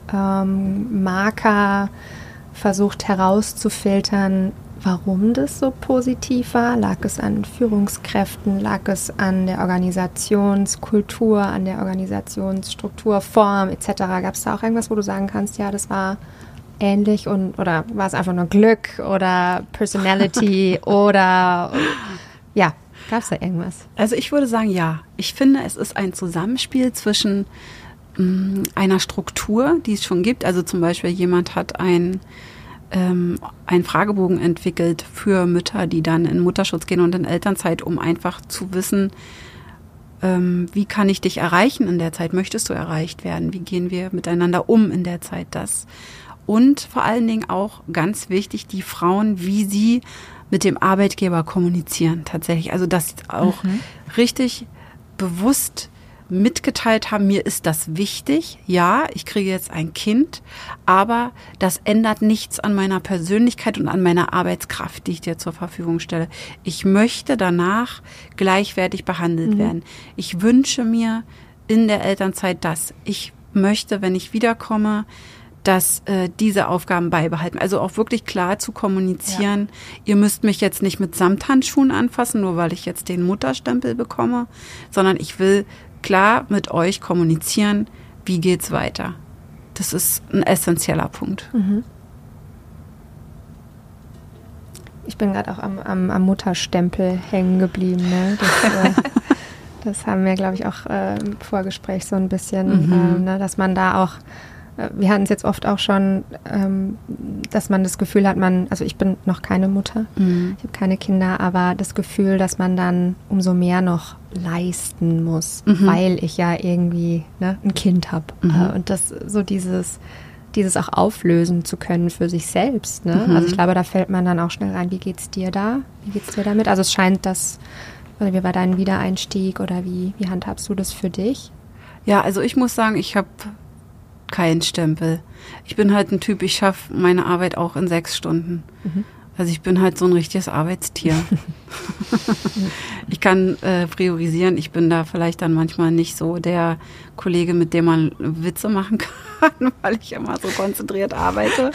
Marker versucht herauszufiltern, warum das so positiv war? Lag es an Führungskräften? Lag es an der Organisationskultur, an der Organisationsstruktur, Form etc.? Gab es da auch irgendwas, wo du sagen kannst, ja, das war ähnlich oder war es einfach nur Glück oder Personality oder ja, gab es da irgendwas? Also ich würde sagen, ja. Ich finde, es ist ein Zusammenspiel zwischen einer Struktur, die es schon gibt. Also zum Beispiel jemand hat einen Fragebogen entwickelt für Mütter, die dann in Mutterschutz gehen und in Elternzeit, um einfach zu wissen, wie kann ich dich erreichen in der Zeit? Möchtest du erreicht werden? Wie gehen wir miteinander um in der Zeit? Das. Und vor allen Dingen auch ganz wichtig, die Frauen, wie sie mit dem Arbeitgeber kommunizieren tatsächlich. Also dass sie auch richtig bewusst mitgeteilt haben, mir ist das wichtig, ja, ich kriege jetzt ein Kind, aber das ändert nichts an meiner Persönlichkeit und an meiner Arbeitskraft, die ich dir zur Verfügung stelle. Ich möchte danach gleichwertig behandelt werden. Ich wünsche mir in der Elternzeit das. Ich möchte, wenn ich wiederkomme, dass diese Aufgaben beibehalten. Also auch wirklich klar zu kommunizieren, ihr müsst mich jetzt nicht mit Samthandschuhen anfassen, nur weil ich jetzt den Mutterstempel bekomme, sondern ich will klar mit euch kommunizieren, wie geht's weiter. Das ist ein essentieller Punkt. Ich bin gerade auch am Mutterstempel hängen geblieben. Ne? Das haben wir, glaube ich, auch im Vorgespräch so ein bisschen, dass man da auch, wir hatten es jetzt oft auch schon, dass man das Gefühl hat, also ich bin noch keine Mutter, ich habe keine Kinder, aber das Gefühl, dass man dann umso mehr noch leisten muss, weil ich ja irgendwie ein Kind habe. Und das so dieses auch auflösen zu können für sich selbst. Ne? Also ich glaube, da fällt man dann auch schnell rein, wie geht's dir da? Wie geht's dir damit? Also es scheint, wie war dein Wiedereinstieg oder wie handhabst du das für dich? Ja, also ich muss sagen, ich habe keinen Stempel. Ich bin halt ein Typ, ich schaffe meine Arbeit auch in 6 Stunden. Also ich bin halt so ein richtiges Arbeitstier. Ich kann priorisieren. Ich bin da vielleicht dann manchmal nicht so der Kollege, mit dem man Witze machen kann, weil ich immer so konzentriert arbeite.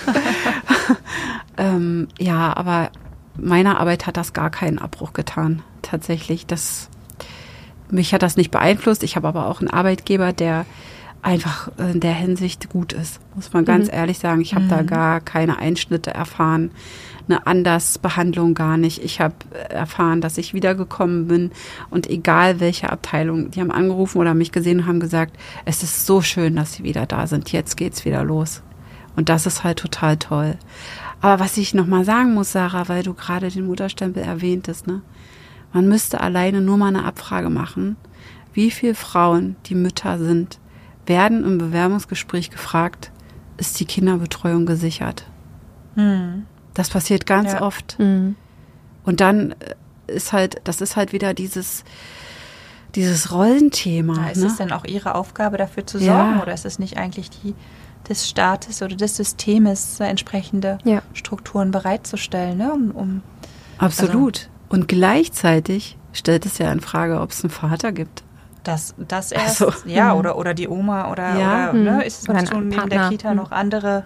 Ja, aber meiner Arbeit hat das gar keinen Abbruch getan. Tatsächlich. Mich hat das nicht beeinflusst. Ich habe aber auch einen Arbeitgeber, der einfach in der Hinsicht gut ist, muss man ganz ehrlich sagen. Ich habe da gar keine Einschnitte erfahren, eine Andersbehandlung gar nicht. Ich habe erfahren, dass ich wiedergekommen bin und egal welche Abteilung, die haben angerufen oder mich gesehen und haben gesagt, es ist so schön, dass sie wieder da sind, jetzt geht's wieder los. Und das ist halt total toll. Aber was ich nochmal sagen muss, Sarah, weil du gerade den Mutterstempel erwähntest, ne? Man müsste alleine nur mal eine Abfrage machen, wie viele Frauen, die Mütter sind, werden im Bewerbungsgespräch gefragt, ist die Kinderbetreuung gesichert? Das passiert ganz oft. Und dann das ist halt wieder dieses Rollenthema. Ist es denn auch ihre Aufgabe, dafür zu sorgen? Oder ist es nicht eigentlich des Staates oder des Systems, entsprechende Strukturen bereitzustellen? Ne? Absolut. Und gleichzeitig stellt es ja in Frage, ob es einen Vater gibt. Das erst, oder die Oma oder ne, ist es oder schon neben der Kita noch andere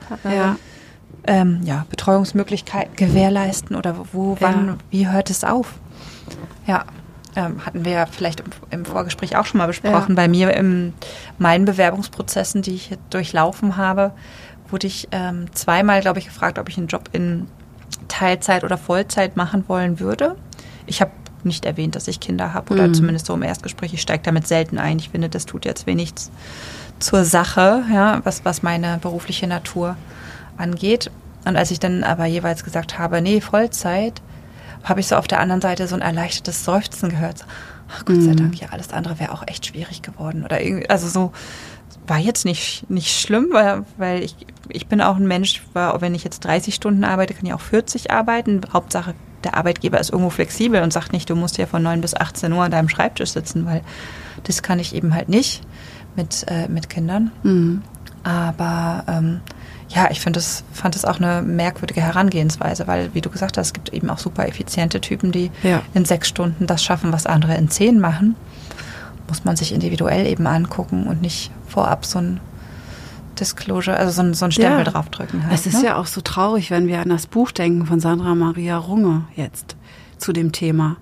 Betreuungsmöglichkeiten gewährleisten oder wann, wie hört es auf? Ja, hatten wir ja vielleicht im Vorgespräch auch schon mal besprochen. Bei mir in meinen Bewerbungsprozessen, die ich durchlaufen habe, wurde ich zweimal, glaube ich, gefragt, ob ich einen Job in Teilzeit oder Vollzeit machen wollen würde. Ich habe nicht erwähnt, dass ich Kinder habe oder zumindest so im Erstgespräch. Ich steige damit selten ein. Ich finde, das tut jetzt wenig zur Sache, ja, was meine berufliche Natur angeht. Und als ich dann aber jeweils gesagt habe, nee, Vollzeit, habe ich so auf der anderen Seite so ein erleichtertes Seufzen gehört. So, ach, Gott sei Dank, ja, alles andere wäre auch echt schwierig geworden. Oder irgendwie, also so, war jetzt nicht schlimm, weil ich bin auch ein Mensch, wenn ich jetzt 30 Stunden arbeite, kann ich auch 40 arbeiten. Hauptsache, der Arbeitgeber ist irgendwo flexibel und sagt nicht, du musst ja von 9 bis 18 Uhr an deinem Schreibtisch sitzen, weil das kann ich eben halt nicht mit Kindern. Aber ich fand es auch eine merkwürdige Herangehensweise, weil, wie du gesagt hast, es gibt eben auch super effiziente Typen, die in 6 Stunden das schaffen, was andere in 10 machen. Muss man sich individuell eben angucken und nicht vorab so ein Disclosure, also so ein Stempel draufdrücken. Halt, es ist ja auch so traurig, wenn wir an das Buch denken von Sandra Maria Runge jetzt zu dem Thema.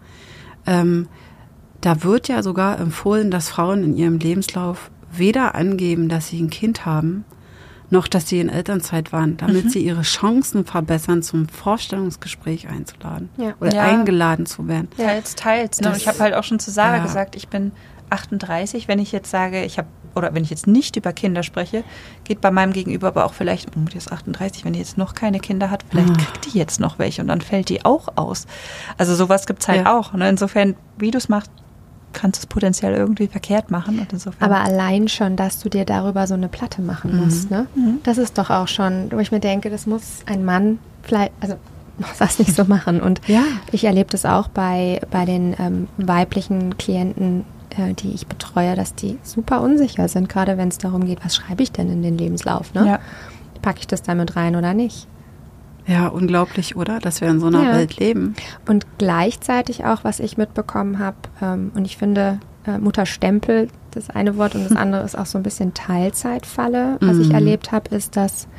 Da wird ja sogar empfohlen, dass Frauen in ihrem Lebenslauf weder angeben, dass sie ein Kind haben, noch dass sie in Elternzeit waren, damit sie ihre Chancen verbessern, zum Vorstellungsgespräch einzuladen oder eingeladen zu werden. Teils. Ne? Und ich habe halt auch schon zu Sarah gesagt, ich bin 38, wenn ich jetzt sage, wenn ich jetzt nicht über Kinder spreche, geht bei meinem Gegenüber aber auch vielleicht, die ist 38, wenn die jetzt noch keine Kinder hat, vielleicht kriegt die jetzt noch welche und dann fällt die auch aus. Also sowas gibt es halt auch. Ne? Insofern, wie du es machst, kannst du es potenziell irgendwie verkehrt machen. Und insofern. Aber allein schon, dass du dir darüber so eine Platte machen musst, ne? Das ist doch auch schon, wo ich mir denke, das muss ein Mann vielleicht, also muss das nicht so machen. Und ich erlebe das auch bei den weiblichen Klienten, die ich betreue, dass die super unsicher sind, gerade wenn es darum geht, was schreibe ich denn in den Lebenslauf, ne? Ja. Packe ich das da mit rein oder nicht? Ja, unglaublich, oder? Dass wir in so einer Welt leben. Und gleichzeitig auch, was ich mitbekommen habe, und ich finde, Mutterstempel, das eine Wort, und das andere ist auch so ein bisschen Teilzeitfalle. Was ich erlebt habe, ist, dass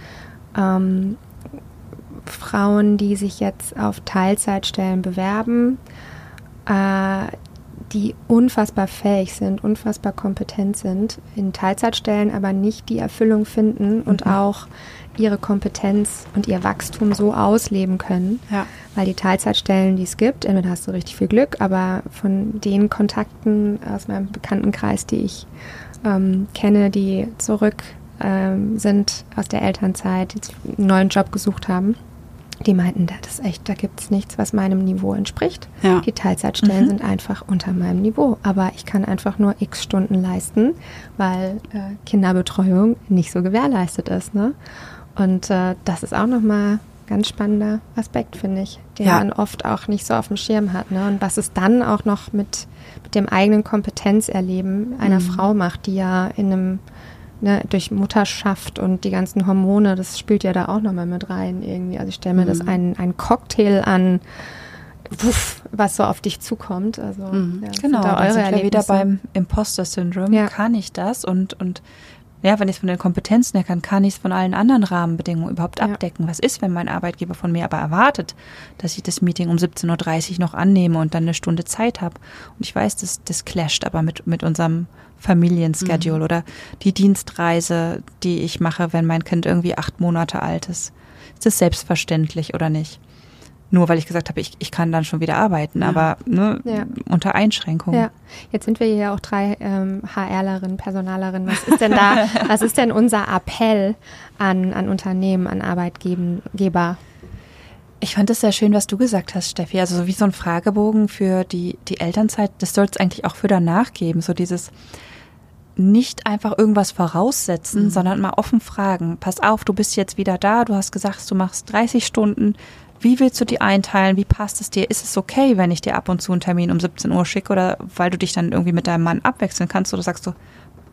Frauen, die sich jetzt auf Teilzeitstellen bewerben, die unfassbar fähig sind, unfassbar kompetent sind, in Teilzeitstellen aber nicht die Erfüllung finden und auch ihre Kompetenz und ihr Wachstum so ausleben können, weil die Teilzeitstellen, die es gibt, entweder hast du richtig viel Glück, aber von den Kontakten aus meinem Bekanntenkreis, die ich kenne, die zurück sind aus der Elternzeit, die einen neuen Job gesucht haben, die meinten, das ist echt, da gibt es nichts, was meinem Niveau entspricht. Ja. Die Teilzeitstellen sind einfach unter meinem Niveau, aber ich kann einfach nur x Stunden leisten, weil Kinderbetreuung nicht so gewährleistet ist, ne? Und das ist auch nochmal ein ganz spannender Aspekt, finde ich, den man oft auch nicht so auf dem Schirm hat, ne? Und was es dann auch noch mit dem eigenen Kompetenzerleben einer Frau macht, die ja in einem durch Mutterschaft und die ganzen Hormone, das spielt ja da auch nochmal mit rein irgendwie. Also ich stelle mir das ein Cocktail an, was so auf dich zukommt. Also genau, da sind wir wieder beim Imposter-Syndrom. Ja. Kann ich das? Und wenn ich es von den Kompetenzen her kann ich es von allen anderen Rahmenbedingungen überhaupt abdecken. Was ist, wenn mein Arbeitgeber von mir aber erwartet, dass ich das Meeting um 17.30 Uhr noch annehme und dann eine Stunde Zeit habe? Und ich weiß, das clasht aber mit unserem Familienschedule oder die Dienstreise, die ich mache, wenn mein Kind irgendwie 8 Monate alt ist. Ist das selbstverständlich oder nicht? Nur weil ich gesagt habe, ich kann dann schon wieder arbeiten, aber unter Einschränkungen. Ja. Jetzt sind wir hier ja auch 3 HRlerinnen, Personalerinnen. Was ist denn unser Appell an Unternehmen, an Arbeitgeber? Ich fand es sehr schön, was du gesagt hast, Steffi. Also so wie so ein Fragebogen für die Elternzeit, das soll es eigentlich auch für danach geben. So dieses nicht einfach irgendwas voraussetzen, sondern mal offen fragen. Pass auf, du bist jetzt wieder da, du hast gesagt, du machst 30 Stunden. Wie willst du die einteilen? Wie passt es dir? Ist es okay, wenn ich dir ab und zu einen Termin um 17 Uhr schicke oder weil du dich dann irgendwie mit deinem Mann abwechseln kannst oder sagst du,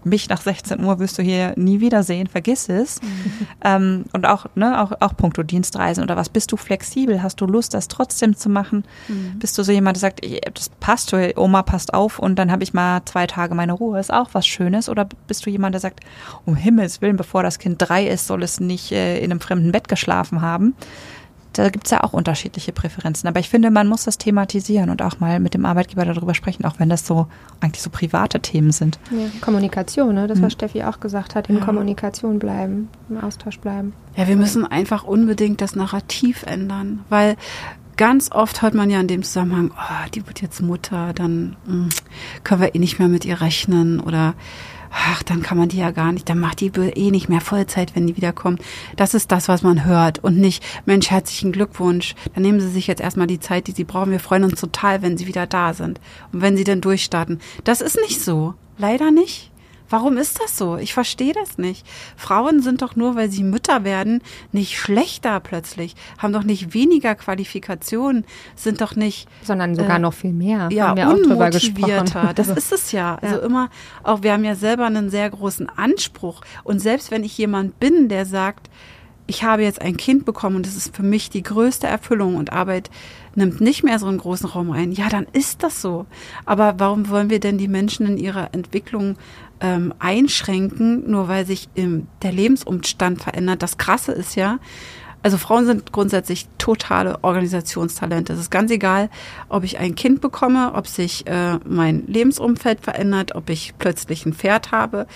mich nach 16 Uhr wirst du hier nie wiedersehen, vergiss es. Und auch puncto Dienstreisen oder was, bist du flexibel? Hast du Lust, das trotzdem zu machen? Bist du so jemand, der sagt, das passt, Oma passt auf und dann habe ich mal 2 Tage meine Ruhe, ist auch was Schönes? Oder bist du jemand, der sagt, um Himmels Willen, bevor das Kind 3 ist, soll es nicht in einem fremden Bett geschlafen haben? Da gibt es ja auch unterschiedliche Präferenzen. Aber ich finde, man muss das thematisieren und auch mal mit dem Arbeitgeber darüber sprechen, auch wenn das so eigentlich so private Themen sind. Ja, Kommunikation, ne? Das, was Steffi auch gesagt hat, in Kommunikation bleiben, im Austausch bleiben. Ja, wir müssen einfach unbedingt das Narrativ ändern, weil ganz oft hört man ja in dem Zusammenhang, die wird jetzt Mutter, dann können wir nicht mehr mit ihr rechnen oder dann kann man die ja gar nicht, dann macht die nicht mehr Vollzeit, wenn die wiederkommt. Das ist das, was man hört und nicht, Mensch, herzlichen Glückwunsch, dann nehmen Sie sich jetzt erstmal die Zeit, die Sie brauchen. Wir freuen uns total, wenn Sie wieder da sind und wenn Sie dann durchstarten. Das ist nicht so, leider nicht. Warum ist das so? Ich verstehe das nicht. Frauen sind doch nur, weil sie Mütter werden, nicht schlechter plötzlich, haben doch nicht weniger Qualifikationen, sind doch nicht... Sondern sogar noch viel mehr. Ja, haben wir auch drüber gesprochen. Das ist es ja. Also immer, auch wir haben ja selber einen sehr großen Anspruch. Und selbst wenn ich jemand bin, der sagt, ich habe jetzt ein Kind bekommen und das ist für mich die größte Erfüllung und Arbeit nimmt nicht mehr so einen großen Raum ein, ja, dann ist das so. Aber warum wollen wir denn die Menschen in ihrer Entwicklung einschränken, nur weil sich der Lebensumstand verändert? Das Krasse ist ja, also Frauen sind grundsätzlich totale Organisationstalente. Es ist ganz egal, ob ich ein Kind bekomme, ob sich mein Lebensumfeld verändert, ob ich plötzlich ein Pferd habe.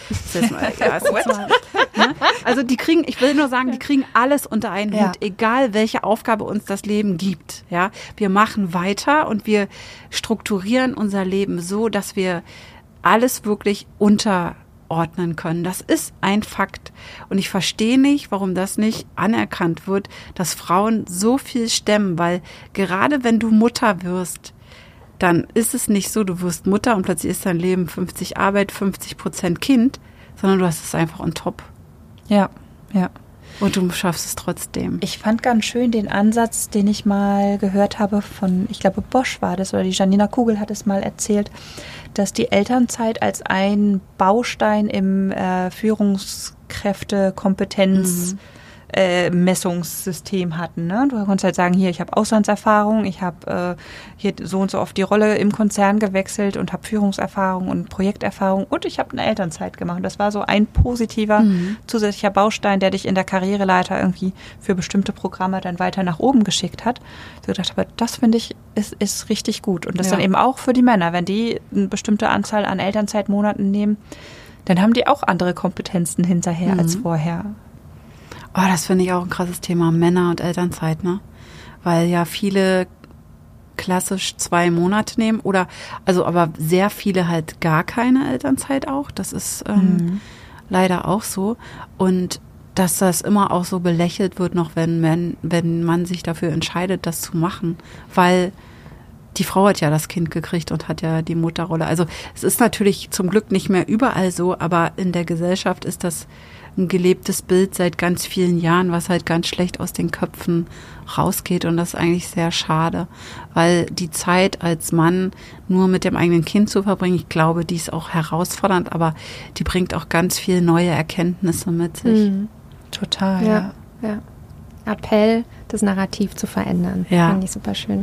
Also die kriegen, ich will nur sagen, die kriegen alles unter einen Hut, egal welche Aufgabe uns das Leben gibt. Ja, wir machen weiter und wir strukturieren unser Leben so, dass wir alles wirklich unterordnen können. Das ist ein Fakt. Und ich verstehe nicht, warum das nicht anerkannt wird, dass Frauen so viel stemmen, weil gerade wenn du Mutter wirst, dann ist es nicht so, du wirst Mutter und plötzlich ist dein Leben 50 Arbeit, 50% Kind, sondern du hast es einfach on top. Ja. Und du schaffst es trotzdem. Ich fand ganz schön den Ansatz, den ich mal gehört habe von, ich glaube Bosch war das, oder die Janina Kugel hat es mal erzählt, dass die Elternzeit als ein Baustein im Führungskräfte-Kompetenz Messungssystem hatten. Ne? Du konntest halt sagen, hier, ich habe Auslandserfahrung, ich habe hier so und so oft die Rolle im Konzern gewechselt und habe Führungserfahrung und Projekterfahrung und ich habe eine Elternzeit gemacht. Das war so ein positiver zusätzlicher Baustein, der dich in der Karriereleiter irgendwie für bestimmte Programme dann weiter nach oben geschickt hat. Ich gedacht habe, das finde ich ist richtig gut. Und das dann eben auch für die Männer, wenn die eine bestimmte Anzahl an Elternzeitmonaten nehmen, dann haben die auch andere Kompetenzen hinterher als vorher. Oh, das finde ich auch ein krasses Thema, Männer und Elternzeit, ne? Weil ja viele klassisch 2 Monate nehmen oder, also aber sehr viele halt gar keine Elternzeit auch. Das ist leider auch so. Und dass das immer auch so belächelt wird, noch wenn man sich dafür entscheidet, das zu machen. Weil die Frau hat ja das Kind gekriegt und hat ja die Mutterrolle. Also es ist natürlich zum Glück nicht mehr überall so, aber in der Gesellschaft ist das ein gelebtes Bild seit ganz vielen Jahren, was halt ganz schlecht aus den Köpfen rausgeht und das ist eigentlich sehr schade, weil die Zeit als Mann nur mit dem eigenen Kind zu verbringen, ich glaube, die ist auch herausfordernd, aber die bringt auch ganz viele neue Erkenntnisse mit sich. Total, ja. Appell, das Narrativ zu verändern. Ja. Finde ich super schön.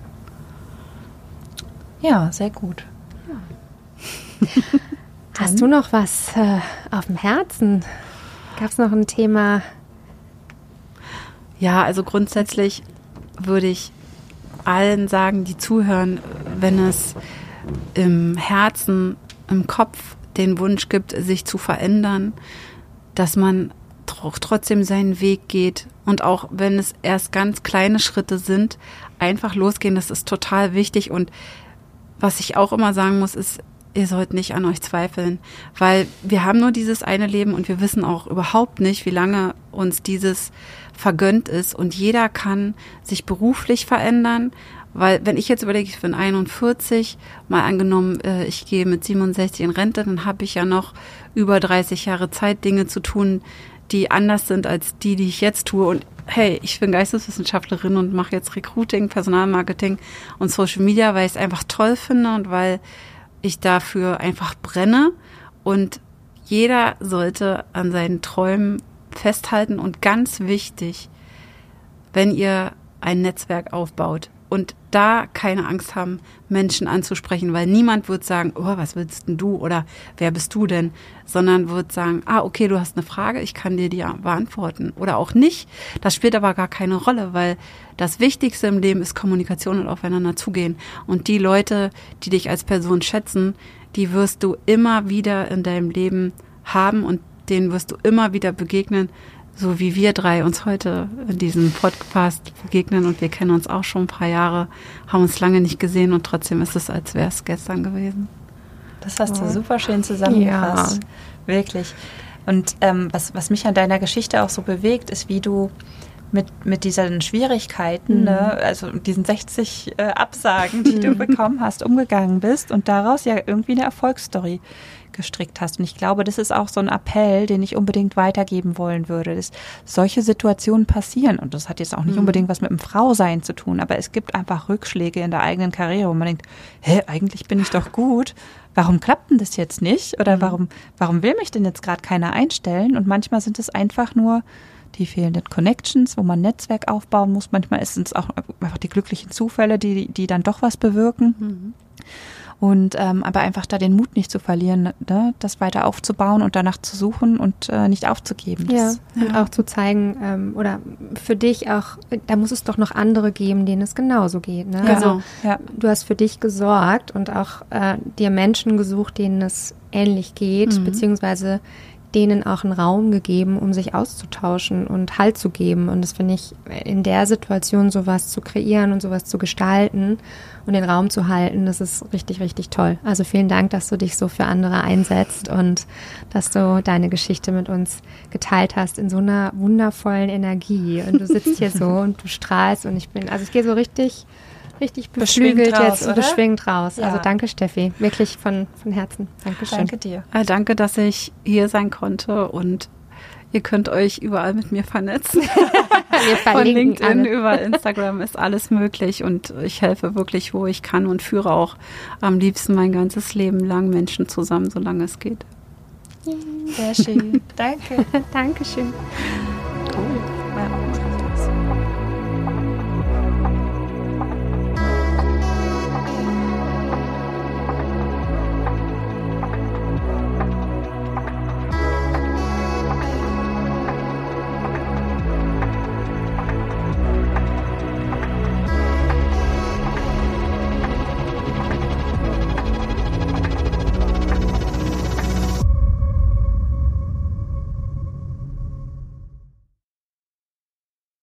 Ja, sehr gut. Hast du noch was auf dem Herzen? Gab es noch ein Thema? Ja, also grundsätzlich würde ich allen sagen, die zuhören, wenn es im Herzen, im Kopf den Wunsch gibt, sich zu verändern, dass man trotzdem seinen Weg geht und auch wenn es erst ganz kleine Schritte sind, einfach losgehen, das ist total wichtig und was ich auch immer sagen muss, ist, ihr sollt nicht an euch zweifeln, weil wir haben nur dieses eine Leben und wir wissen auch überhaupt nicht, wie lange uns dieses vergönnt ist und jeder kann sich beruflich verändern, weil wenn ich jetzt überlege, ich bin 41, mal angenommen, ich gehe mit 67 in Rente, dann habe ich ja noch über 30 Jahre Zeit, Dinge zu tun, die anders sind als die ich jetzt tue und hey, ich bin Geisteswissenschaftlerin und mache jetzt Recruiting, Personalmarketing und Social Media, weil ich es einfach toll finde und weil ich dafür einfach brenne und jeder sollte an seinen Träumen festhalten und ganz wichtig, wenn ihr ein Netzwerk aufbaut und da keine Angst haben, Menschen anzusprechen, weil niemand wird sagen, oh, was willst denn du oder wer bist du denn, sondern wird sagen, okay, du hast eine Frage, ich kann dir die beantworten oder auch nicht. Das spielt aber gar keine Rolle, weil das Wichtigste im Leben ist Kommunikation und aufeinander zugehen. Und die Leute, die dich als Person schätzen, die wirst du immer wieder in deinem Leben haben und denen wirst du immer wieder begegnen, so wie wir drei uns heute in diesem Podcast begegnen und wir kennen uns auch schon ein paar Jahre, haben uns lange nicht gesehen und trotzdem ist es, als wäre es gestern gewesen. Das hast du super schön zusammengefasst. Ja. Wirklich. Und was mich an deiner Geschichte auch so bewegt, ist, wie du mit diesen Schwierigkeiten, ne, also diesen 60 Absagen, die du bekommen hast, umgegangen bist und daraus ja irgendwie eine Erfolgsstory gestrickt hast. Und ich glaube, das ist auch so ein Appell, den ich unbedingt weitergeben wollen würde, dass solche Situationen passieren. Und das hat jetzt auch nicht unbedingt was mit dem Frausein zu tun, aber es gibt einfach Rückschläge in der eigenen Karriere, wo man denkt, eigentlich bin ich doch gut. Warum klappt denn das jetzt nicht? Oder warum will mich denn jetzt gerade keiner einstellen? Und manchmal sind es einfach nur die fehlenden Connections, wo man ein Netzwerk aufbauen muss. Manchmal sind es auch einfach die glücklichen Zufälle, die dann doch was bewirken. Und aber einfach da den Mut nicht zu verlieren, ne? Das weiter aufzubauen und danach zu suchen und nicht aufzugeben. Und auch zu zeigen, oder für dich auch, da muss es doch noch andere geben, denen es genauso geht. Ne? Genau. Also du hast für dich gesorgt und auch dir Menschen gesucht, denen es ähnlich geht, beziehungsweise denen auch einen Raum gegeben, um sich auszutauschen und Halt zu geben. Und das finde ich, in der Situation sowas zu kreieren und sowas zu gestalten und den Raum zu halten, das ist richtig, richtig toll. Also vielen Dank, dass du dich so für andere einsetzt und dass du deine Geschichte mit uns geteilt hast in so einer wundervollen Energie. Und du sitzt hier so und du strahlst und ich gehe so richtig beflügelt jetzt und beschwingt raus. Ja. Also danke, Steffi. Wirklich von Herzen. Dankeschön. Danke dir. Danke, dass ich hier sein konnte und ihr könnt euch überall mit mir vernetzen. Wir von LinkedIn über Instagram ist alles möglich und ich helfe wirklich, wo ich kann und führe auch am liebsten mein ganzes Leben lang Menschen zusammen, solange es geht. Sehr schön. Danke. Dankeschön.